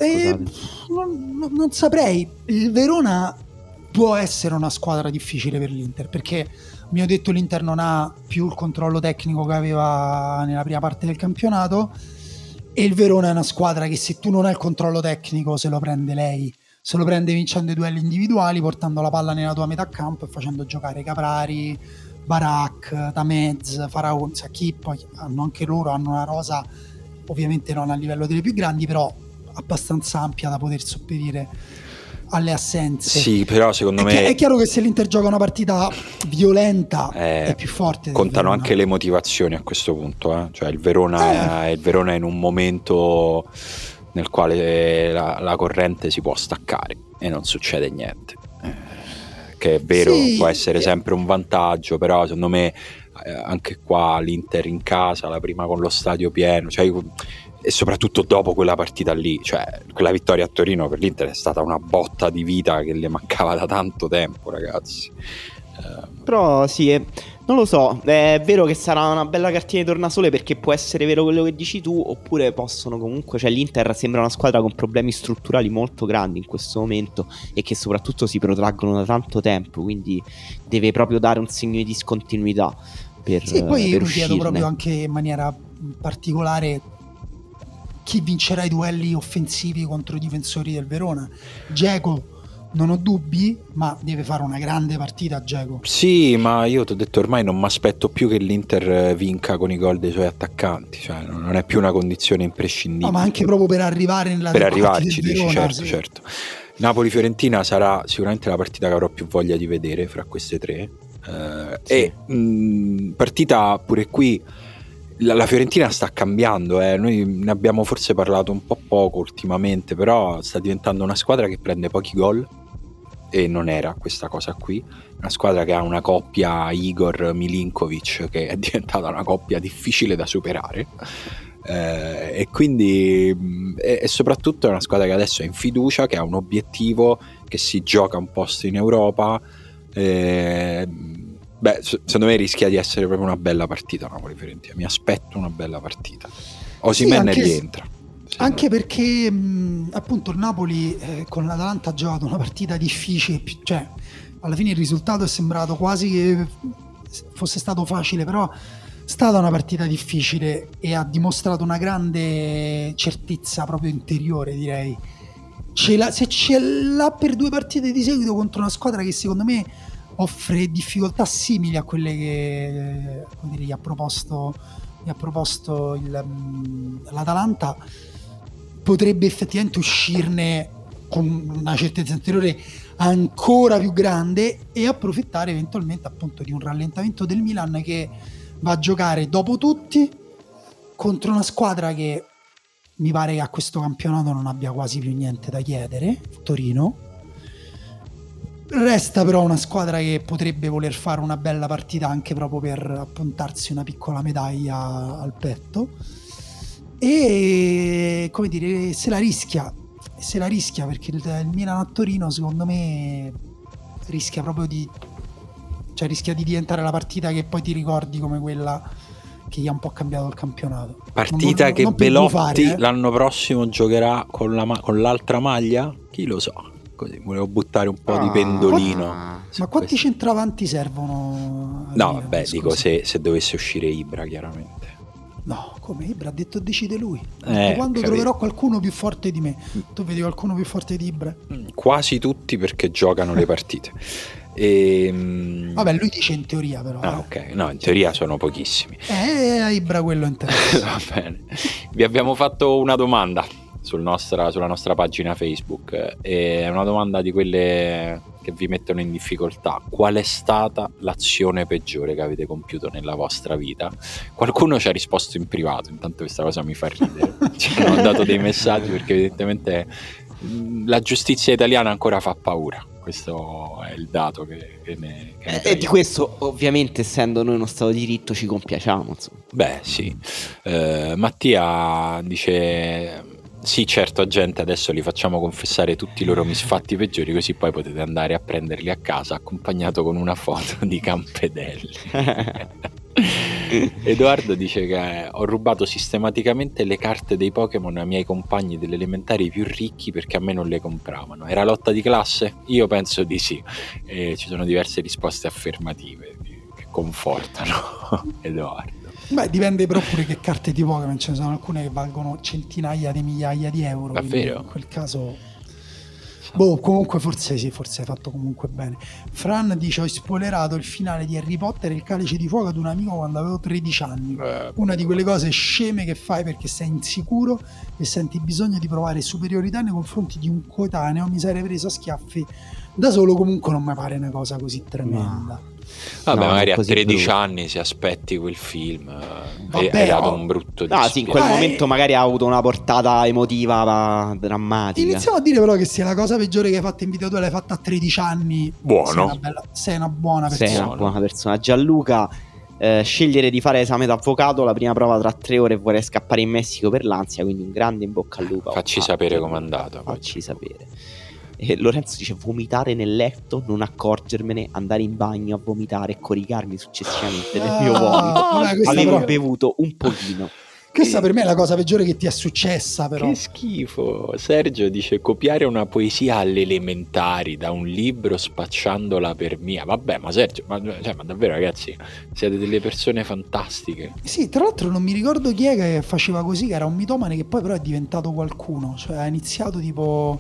Non saprei. Il Verona può essere una squadra difficile per l'Inter, perché mi ho detto l'Inter non ha più il controllo tecnico che aveva nella prima parte del campionato, e il Verona è una squadra che, se tu non hai il controllo tecnico, se lo prende lei, se lo prende vincendo i duelli individuali, portando la palla nella tua metà campo e facendo giocare Caprari, Barak, Tamez, Faraon, Sacchi. Poi anche loro hanno una rosa ovviamente non a livello delle più grandi, però abbastanza ampia da poter sopperire alle assenze. Sì, però secondo me è chiaro che se l'Inter gioca una partita violenta è più forte. Contano anche le motivazioni a questo punto, cioè il Verona è in un momento nel quale la corrente si può staccare e non succede niente, che è vero, sì, può essere sempre un vantaggio, però secondo me anche qua l'Inter in casa, la prima con lo stadio pieno, cioè, e soprattutto dopo quella partita lì, cioè quella vittoria a Torino per l'Inter è stata una botta di vita che le mancava da tanto tempo, ragazzi. Però sì, non lo so, è vero che sarà una bella cartina di tornasole, perché può essere vero quello che dici tu, oppure possono comunque, cioè l'Inter sembra una squadra con problemi strutturali molto grandi in questo momento e che soprattutto si protraggono da tanto tempo, quindi deve proprio dare un segno di discontinuità per poi per io chiedo uscirne. proprio anche in maniera particolare chi vincerà i duelli offensivi contro i difensori del Verona. Dzeko non ho dubbi, ma deve fare una grande partita Dzeko. Sì, ma io ti ho detto, ormai non mi aspetto più che l'Inter vinca con i gol dei suoi attaccanti, cioè non è più una condizione imprescindibile. No, ma anche proprio per arrivare nella per arrivarci, del Verona, dici, certo. Napoli-Fiorentina sarà sicuramente la partita che avrò più voglia di vedere fra queste tre. Sì. E partita pure qui, la Fiorentina sta cambiando, noi ne abbiamo forse parlato un po' poco ultimamente, però sta diventando una squadra che prende pochi gol, e non era questa cosa qui, una squadra che ha una coppia Igor-Milinkovic che è diventata una coppia difficile da superare, e quindi e soprattutto è una squadra che adesso è in fiducia, che ha un obiettivo, che si gioca un posto in Europa. Secondo me rischia di essere proprio una bella partita Napoli-Fiorentina, mi aspetto una bella partita. Osimhen rientra. Anche perché appunto il Napoli con l'Atalanta ha giocato una partita difficile, cioè alla fine il risultato è sembrato quasi che fosse stato facile, però è stata una partita difficile e ha dimostrato una grande certezza proprio interiore, direi. Se ce l'ha per 2 partite di seguito contro una squadra che secondo me offre difficoltà simili a quelle che gli ha proposto l'Atalanta, potrebbe effettivamente uscirne con una certezza interiore ancora più grande e approfittare eventualmente appunto di un rallentamento del Milan, che va a giocare dopo tutti contro una squadra che mi pare che a questo campionato non abbia quasi più niente da chiedere, il Torino. Resta però una squadra che potrebbe voler fare una bella partita anche proprio per appuntarsi una piccola medaglia al petto, e come dire, se la rischia perché il Milan a Torino secondo me rischia proprio rischia di diventare la partita che poi ti ricordi come quella che gli ha un po' cambiato il campionato. Partita che Belotti l'anno prossimo giocherà con l'altra maglia? Chi lo so. Così volevo buttare un po' di pendolino. Ma quanti centravanti servono? No, dico se dovesse uscire Ibra, chiaramente. No, come Ibra ha detto decide lui. Quando troverò qualcuno più forte di me. Tu vedi qualcuno più forte di Ibra? Quasi tutti, perché giocano le partite. Vabbè, lui dice in teoria, però. Ok, no, in teoria sono pochissimi. Ibra quello interessa. Va bene. Vi abbiamo fatto una domanda sulla nostra pagina Facebook, è una domanda di quelle che vi mettono in difficoltà. Qual è stata l'azione peggiore che avete compiuto nella vostra vita? Qualcuno ci ha risposto in privato, intanto questa cosa mi fa ridere. Ci hanno dato dei messaggi, perché evidentemente la giustizia italiana ancora fa paura. Questo è il dato che ne e di questo ovviamente, essendo noi uno stato di diritto, ci compiacciamo, insomma. Beh sì. Mattia dice: sì, certo, agente, adesso li facciamo confessare tutti i loro misfatti peggiori, così poi potete andare a prenderli a casa accompagnato con una foto di Campedelli. Edoardo dice che ho rubato sistematicamente le carte dei Pokémon ai miei compagni delle elementari più ricchi perché a me non le compravano. Era lotta di classe? Io penso di sì. Ci sono diverse risposte affermative che confortano Edoardo. Beh, dipende però pure che carte di Pokémon, ce ne sono alcune che valgono centinaia di migliaia di euro. Davvero? In quel caso comunque forse hai fatto comunque bene. Fran dice: ho spoilerato il finale di Harry Potter e il Calice di Fuoco ad un amico quando avevo 13 anni. Una di quelle cose sceme che fai perché sei insicuro e senti bisogno di provare superiorità nei confronti di un coetaneo. Mi sarei preso a schiaffi da solo, comunque non mi pare una cosa così tremenda. Vabbè, magari a 13 anni, se aspetti quel film, è dato un brutto dispiacere. Sì, in quel momento magari ha avuto una portata emotiva drammatica. Iniziamo a dire però che se la cosa peggiore che hai fatto in vita tua l'hai fatta a 13 anni, buono, sei una buona persona. Sei una buona persona. Gianluca, scegliere di fare esame d'avvocato, la prima prova tra 3 ore e vorrei scappare in Messico per l'ansia, quindi un grande in bocca al lupo. Facci sapere com'è andato. Facci sapere. E Lorenzo dice: vomitare nel letto, non accorgermene, andare in bagno a vomitare e coricarmi successivamente nel mio vomito. Avevo bevuto un pochino. Questa per me è la cosa peggiore che ti è successa, però. Che schifo. Sergio dice: copiare una poesia alle elementari da un libro spacciandola per mia. Vabbè, ma Sergio, ma davvero, ragazzi, siete delle persone fantastiche. Sì, tra l'altro non mi ricordo chi è che faceva così, che era un mitomane che poi però è diventato qualcuno. Cioè ha iniziato tipo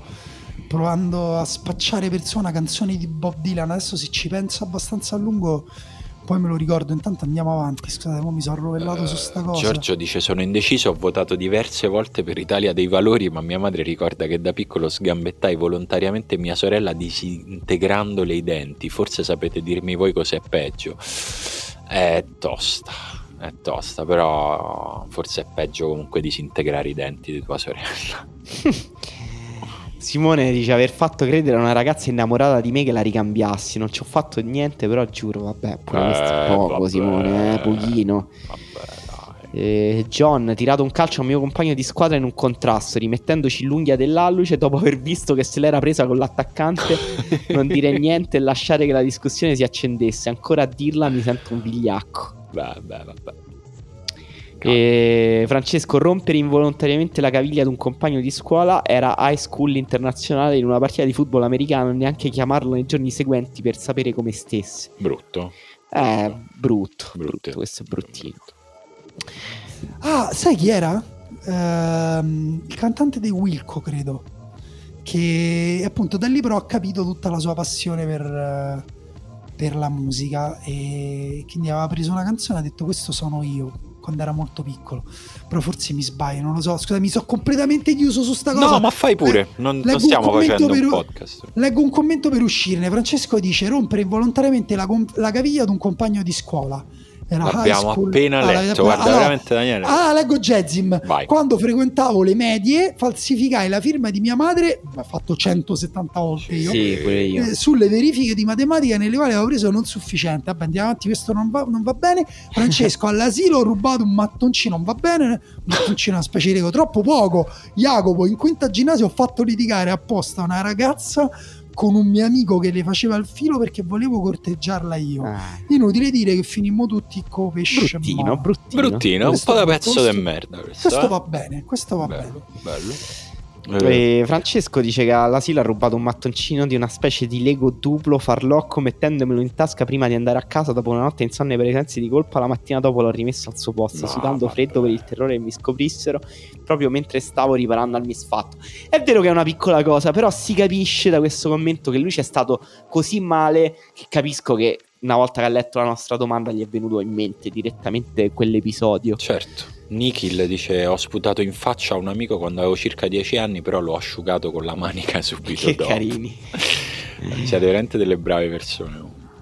provando a spacciare persona canzoni di Bob Dylan. Adesso se ci penso abbastanza a lungo poi me lo ricordo. Intanto andiamo avanti. Scusate, mo mi sono rovellato su sta cosa. Giorgio dice: sono indeciso, ho votato diverse volte per Italia dei Valori, ma mia madre ricorda che da piccolo sgambettai volontariamente mia sorella disintegrandole i denti. Forse sapete dirmi voi cos'è peggio. È tosta, però forse è peggio comunque disintegrare i denti di tua sorella. Simone dice aver fatto credere a una ragazza innamorata di me che la ricambiassi. Non ci ho fatto niente, però giuro, vabbè, pure questo è poco, vabbè, Simone, pochino. Vabbè, John, tirato un calcio al mio compagno di squadra in un contrasto, rimettendoci l'unghia dell'alluce dopo aver visto che se l'era presa con l'attaccante. Non dire niente e lasciare che la discussione si accendesse. Ancora a dirla mi sento un vigliacco. Vabbè. Francesco, rompere involontariamente la caviglia ad un compagno di scuola era high school internazionale in una partita di football americano, neanche chiamarlo nei giorni seguenti per sapere come stesse. Brutto. Brutto, questo è bruttino. Ah, sai chi era? Il cantante dei Wilco, credo, che appunto da lì però ha capito tutta la sua passione per la musica, e quindi aveva preso una canzone e ha detto: questo sono io, quando era molto piccolo. Però forse mi sbaglio, non lo so, scusa, mi sono completamente chiuso su sta cosa. No, ma fai pure, non stiamo facendo un podcast. Leggo un commento per uscirne. Francesco dice: rompere involontariamente la caviglia ad un compagno di scuola. L'abbiamo appena letto, guarda, veramente, Daniele. Leggo Jezim. Vai. Quando frequentavo le medie falsificai la firma di mia madre, l'ho fatto 170 volte io, sì, pure io. Sulle verifiche di matematica nelle quali avevo preso non sufficiente. Vabbè, andiamo avanti, questo non va bene. Francesco, all'asilo ho rubato un mattoncino, non va bene, un mattoncino, una specie di Lego, troppo poco. Jacopo, in quinta ginnasio ho fatto litigare apposta una ragazza con un mio amico che le faceva il filo perché volevo corteggiarla io. Inutile dire che finimmo tutti come pesce. Bruttino, un po' da pezzo di merda. Questo va bene, questo va bello. Francesco dice che all'asilo ha rubato un mattoncino di una specie di Lego duplo farlocco, mettendomelo in tasca prima di andare a casa dopo una notte insonne per i sensi di colpa. La mattina dopo l'ho rimesso al suo posto, sudando freddo per il terrore che mi scoprissero proprio mentre stavo riparando al misfatto. È vero che è una piccola cosa, però si capisce da questo commento che lui c'è stato così male che capisco che una volta che ha letto la nostra domanda gli è venuto in mente direttamente quell'episodio. Certo. Nikhil dice: ho sputato in faccia a un amico quando avevo circa 10 anni, però l'ho asciugato con la manica subito che dopo. Carini. Siete veramente delle brave persone.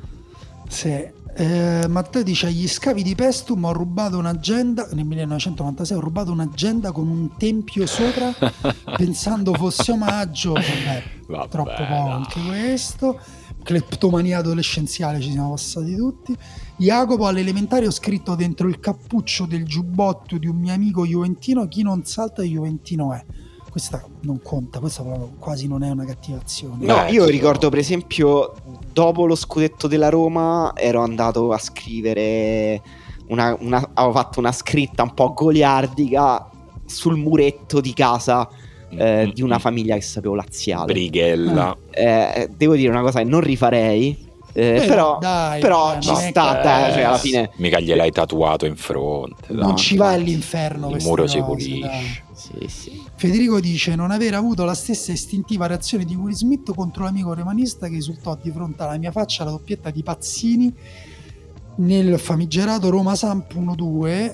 Sì. Matteo dice: agli scavi di Pestum ho rubato un'agenda nel 1996, ho rubato un'agenda con un tempio sopra pensando fosse omaggio. Vabbè, troppo poco anche questo. Cleptomania adolescenziale, ci siamo passati tutti. Jacopo, all'elementare ho scritto dentro il cappuccio del giubbotto di un mio amico juventino: chi non salta juventino è. Questa non conta, questa quasi non è una cattivazione. No, io ricordo per esempio dopo lo scudetto della Roma ero andato a scrivere avevo fatto una scritta un po' goliardica sul muretto di casa di una famiglia che sapevo laziale. Brighella. Devo dire una cosa che non rifarei. Però ci sta, cioè alla fine mica gliel'hai tatuato in fronte. Non ci va all'inferno. Il muro si pulisce. Sì. Federico dice: non aver avuto la stessa istintiva reazione di Will Smith contro l'amico romanista che risultò di fronte alla mia faccia la doppietta di Pazzini nel famigerato Roma Samp 1-2.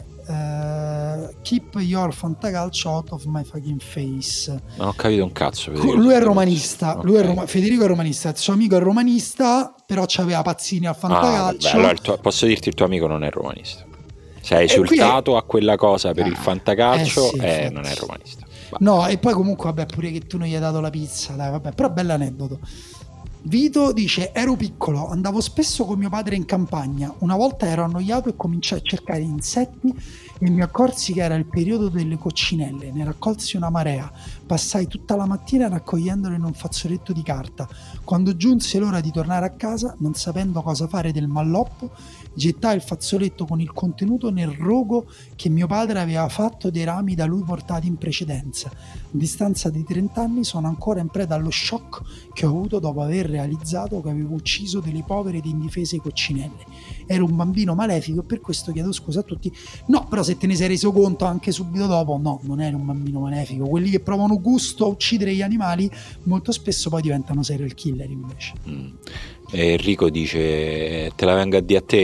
Keep your fantacalcio out of my fucking face. Non ho capito un cazzo. Federico. Lui è romanista. Okay. Federico è romanista. Il suo amico è romanista, però c'aveva Pazzini al fantacalcio. Allora posso dirti, il tuo amico non è romanista. Se hai esultato a quella cosa per il fantacalcio, non è romanista. No, e poi comunque vabbè, pure che tu non gli hai dato la pizza, dai, vabbè, però bell'aneddoto. Vito dice: ero piccolo, andavo spesso con mio padre in campagna. Una volta ero annoiato e cominciai a cercare insetti e mi accorsi che era il periodo delle coccinelle. Ne raccolsi una marea. Passai tutta la mattina raccogliendole in un fazzoletto di carta. Quando giunse l'ora di tornare a casa, non sapendo cosa fare del malloppo, gettai il fazzoletto con il contenuto nel rogo che mio padre aveva fatto dei rami da lui portati in precedenza. A distanza di 30 anni sono ancora in preda allo shock che ho avuto dopo aver realizzato che avevo ucciso delle povere ed indifese coccinelle. Ero un bambino malefico e per questo chiedo scusa a tutti. No, però se te ne sei reso conto anche subito dopo, no, non eri un bambino malefico. Quelli che provano gusto a uccidere gli animali molto spesso poi diventano serial killer invece. Enrico dice: te la vengo a dire a te?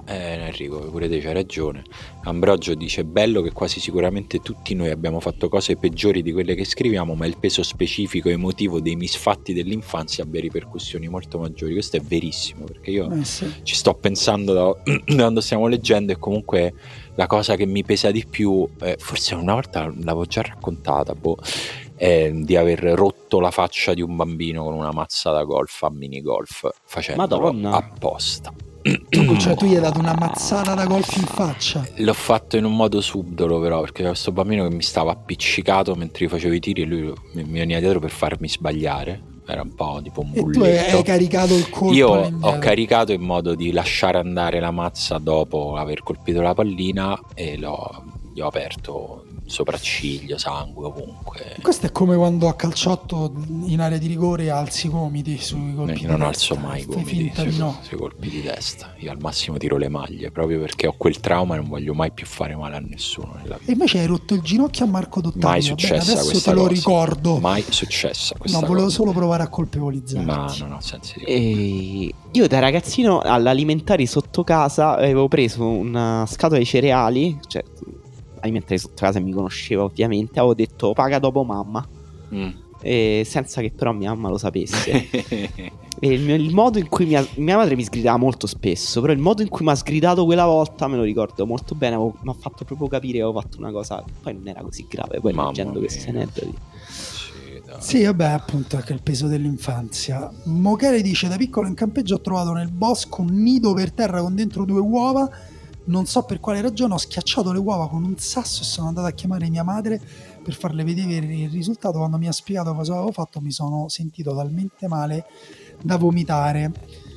Enrico, pure te c'hai ragione. Ambrogio dice: bello che quasi sicuramente tutti noi abbiamo fatto cose peggiori di quelle che scriviamo, ma il peso specifico e emotivo dei misfatti dell'infanzia abbia ripercussioni molto maggiori. Questo è verissimo, perché io ci sto pensando da quando stiamo leggendo, e comunque la cosa che mi pesa di più, forse una volta l'avevo già raccontata, di aver rotto la faccia di un bambino con una mazza da golf a minigolf, facendolo apposta. Cioè tu gli hai dato una mazzata da golf in faccia? L'ho fatto in un modo subdolo, però, perché c'era questo bambino che mi stava appiccicato mentre io facevo i tiri e lui mi veniva dietro per farmi sbagliare. Era un po' tipo un bulletto. E tu hai caricato il colpo? Io ho caricato in modo di lasciare andare la mazza dopo aver colpito la pallina, e gli ho aperto sopracciglio, sangue, ovunque. Questo è come quando a calciotto in area di rigore alzi i gomiti sui colpi io non alzo mai i gomiti sui colpi di testa. Io al massimo tiro le maglie, proprio perché ho quel trauma e non voglio mai più fare male a nessuno nella vita. E invece hai rotto il ginocchio a Marco Dottario. Mai successa. Adesso questa te lo cosa. Ricordo. Mai successa questa No, volevo cosa. solo provare a colpevolizzarti. Ma non ho sensi di io da ragazzino all'alimentari sotto casa avevo preso una scatola di cereali, cioè alimentari sotto casa, mi conosceva ovviamente, avevo detto paga dopo mamma, senza che però mia mamma lo sapesse. E il modo in cui mia madre mi sgridava molto spesso, però il modo in cui mi ha sgridato quella volta me lo ricordo molto bene, mi ha fatto proprio capire che avevo fatto una cosa, poi non era così grave, poi leggendo questi aneddoti. Sì, vabbè, appunto, anche il peso dell'infanzia. Mochele dice: da piccolo in campeggio ho trovato nel bosco un nido per terra con dentro 2 uova. Non so per quale ragione ho schiacciato le uova con un sasso e sono andato a chiamare mia madre per farle vedere il risultato. Quando mi ha spiegato cosa avevo fatto mi sono sentito talmente male da vomitare.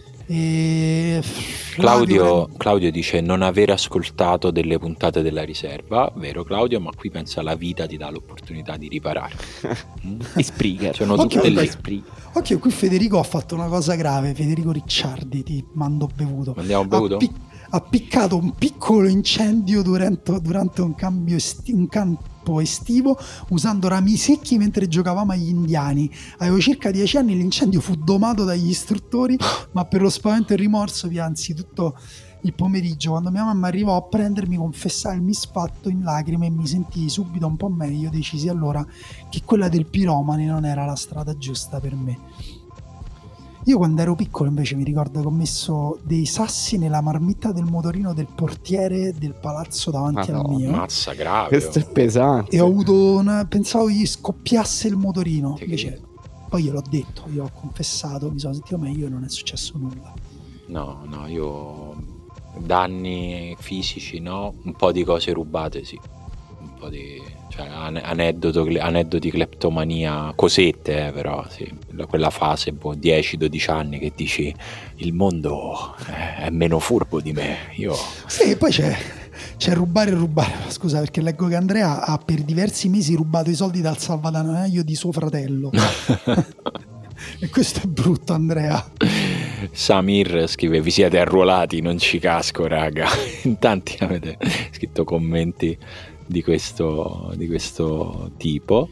Claudio dice: non aver ascoltato delle puntate della riserva. Vero, Claudio, ma qui pensa la vita ti dà l'opportunità di riparare. Spreaker. Sono tutte lì. Occhio, qui Federico ha fatto una cosa grave. Federico Ricciardi, ti mando bevuto. Andiamo bevuto? Ha piccato un piccolo incendio durante un campo estivo usando rami secchi mentre giocavamo agli indiani. Avevo circa 10 anni, l'incendio fu domato dagli istruttori, ma per lo spavento e il rimorso piansi tutto il pomeriggio. Quando mia mamma arrivò a prendermi, confessai il misfatto in lacrime e mi sentii subito un po' meglio. Decisi allora che quella del piromane non era la strada giusta per me. Io quando ero piccolo invece mi ricordo che ho messo dei sassi nella marmitta del motorino del portiere del palazzo davanti al mio. Mazza, grave. Questo è pesante. E ho avuto pensavo gli scoppiasse il motorino. Invece poi gliel'ho detto, io ho confessato, mi sono sentito meglio e non è successo nulla. No, io danni fisici no, un po' di cose rubate sì, un po' di aneddoti cleptomania, cosette però sì, quella fase 10-12 anni che dici il mondo è meno furbo di me. Sì, poi c'è rubare, scusa, perché leggo che Andrea ha per diversi mesi rubato i soldi dal salvadanaio di suo fratello. E questo è brutto, Andrea. Samir scrive: vi siete arruolati, non ci casco raga. In tanti avete scritto commenti di questo tipo.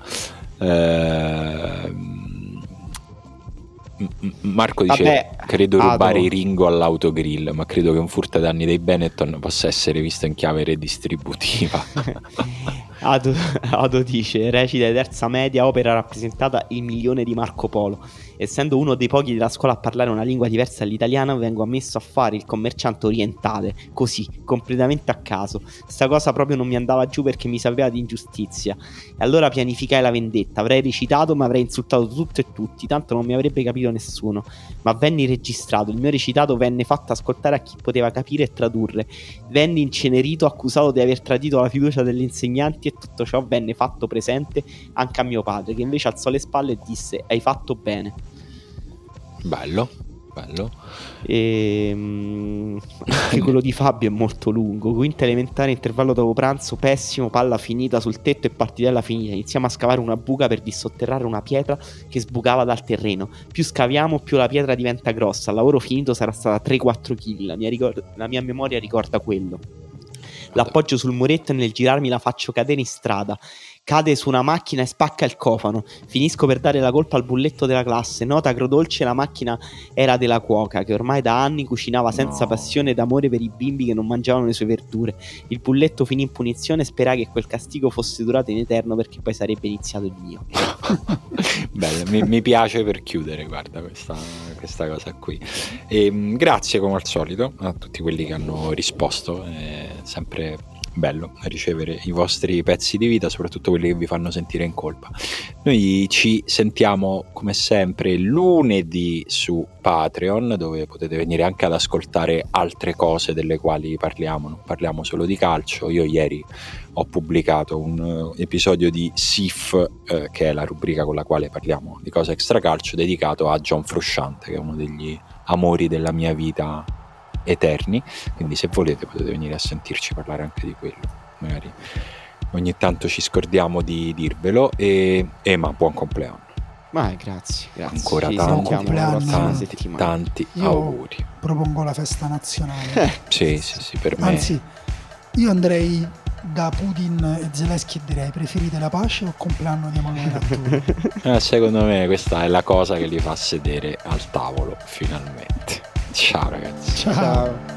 Marco dice: credo rubare i Ringo all'autogrill, ma credo che un furto ai danni dei Benetton possa essere visto in chiave redistributiva. Ado dice: recita di terza media, opera rappresentata Il milione di Marco Polo. Essendo uno dei pochi della scuola a parlare una lingua diversa dall'italiano, vengo ammesso a fare il commerciante orientale, così, completamente a caso. Sta cosa proprio non mi andava giù perché mi sapeva di ingiustizia. E allora pianificai la vendetta. Avrei recitato, ma avrei insultato tutto e tutti, tanto non mi avrebbe capito nessuno. Ma venni registrato, il mio recitato venne fatto ascoltare a chi poteva capire e tradurre. Venni incenerito, accusato di aver tradito la fiducia degli insegnanti, e tutto ciò venne fatto presente anche a mio padre, che invece alzò le spalle e disse: hai fatto bene. Bello. Anche quello di Fabio è molto lungo. Quinta elementare, intervallo dopo pranzo, pessimo, palla finita sul tetto e partitella finita. Iniziamo a scavare una buca per dissotterrare una pietra che sbucava dal terreno. Più scaviamo, più la pietra diventa grossa. Al lavoro finito sarà stata 3-4 kg. La mia memoria ricorda quello. l'appoggio sul muretto e nel girarmi la faccio cadere in strada. Cade su una macchina e spacca il cofano. Finisco per dare la colpa al bulletto della classe. Nota agrodolce, la macchina era della cuoca, che ormai da anni cucinava senza passione ed amore per i bimbi che non mangiavano le sue verdure. Il bulletto finì in punizione e sperai che quel castigo fosse durato in eterno, perché poi sarebbe iniziato il mio. Bello, mi piace per chiudere, guarda, questa cosa qui. Grazie come al solito a tutti quelli che hanno risposto, è sempre bello ricevere i vostri pezzi di vita, soprattutto quelli che vi fanno sentire in colpa. Noi ci sentiamo come sempre lunedì su Patreon, dove potete venire anche ad ascoltare altre cose delle quali parliamo, non parliamo solo di calcio. Io ieri ho pubblicato un episodio di SIF, che è la rubrica con la quale parliamo di cose extracalcio, dedicato a John Frusciante, che è uno degli amori della mia vita eterni, quindi se volete potete venire a sentirci parlare anche di quello, magari ogni tanto ci scordiamo di dirvelo. E ma buon compleanno. Ma grazie Ancora tanti auguri. Propongo la festa nazionale. Sì, per me. Anzi, io andrei da Putin e Zelensky e direi: preferite la pace o compleanno di Emanuele Arturo? Secondo me questa è la cosa che li fa sedere al tavolo finalmente. Ciao ragazzi. Ciao.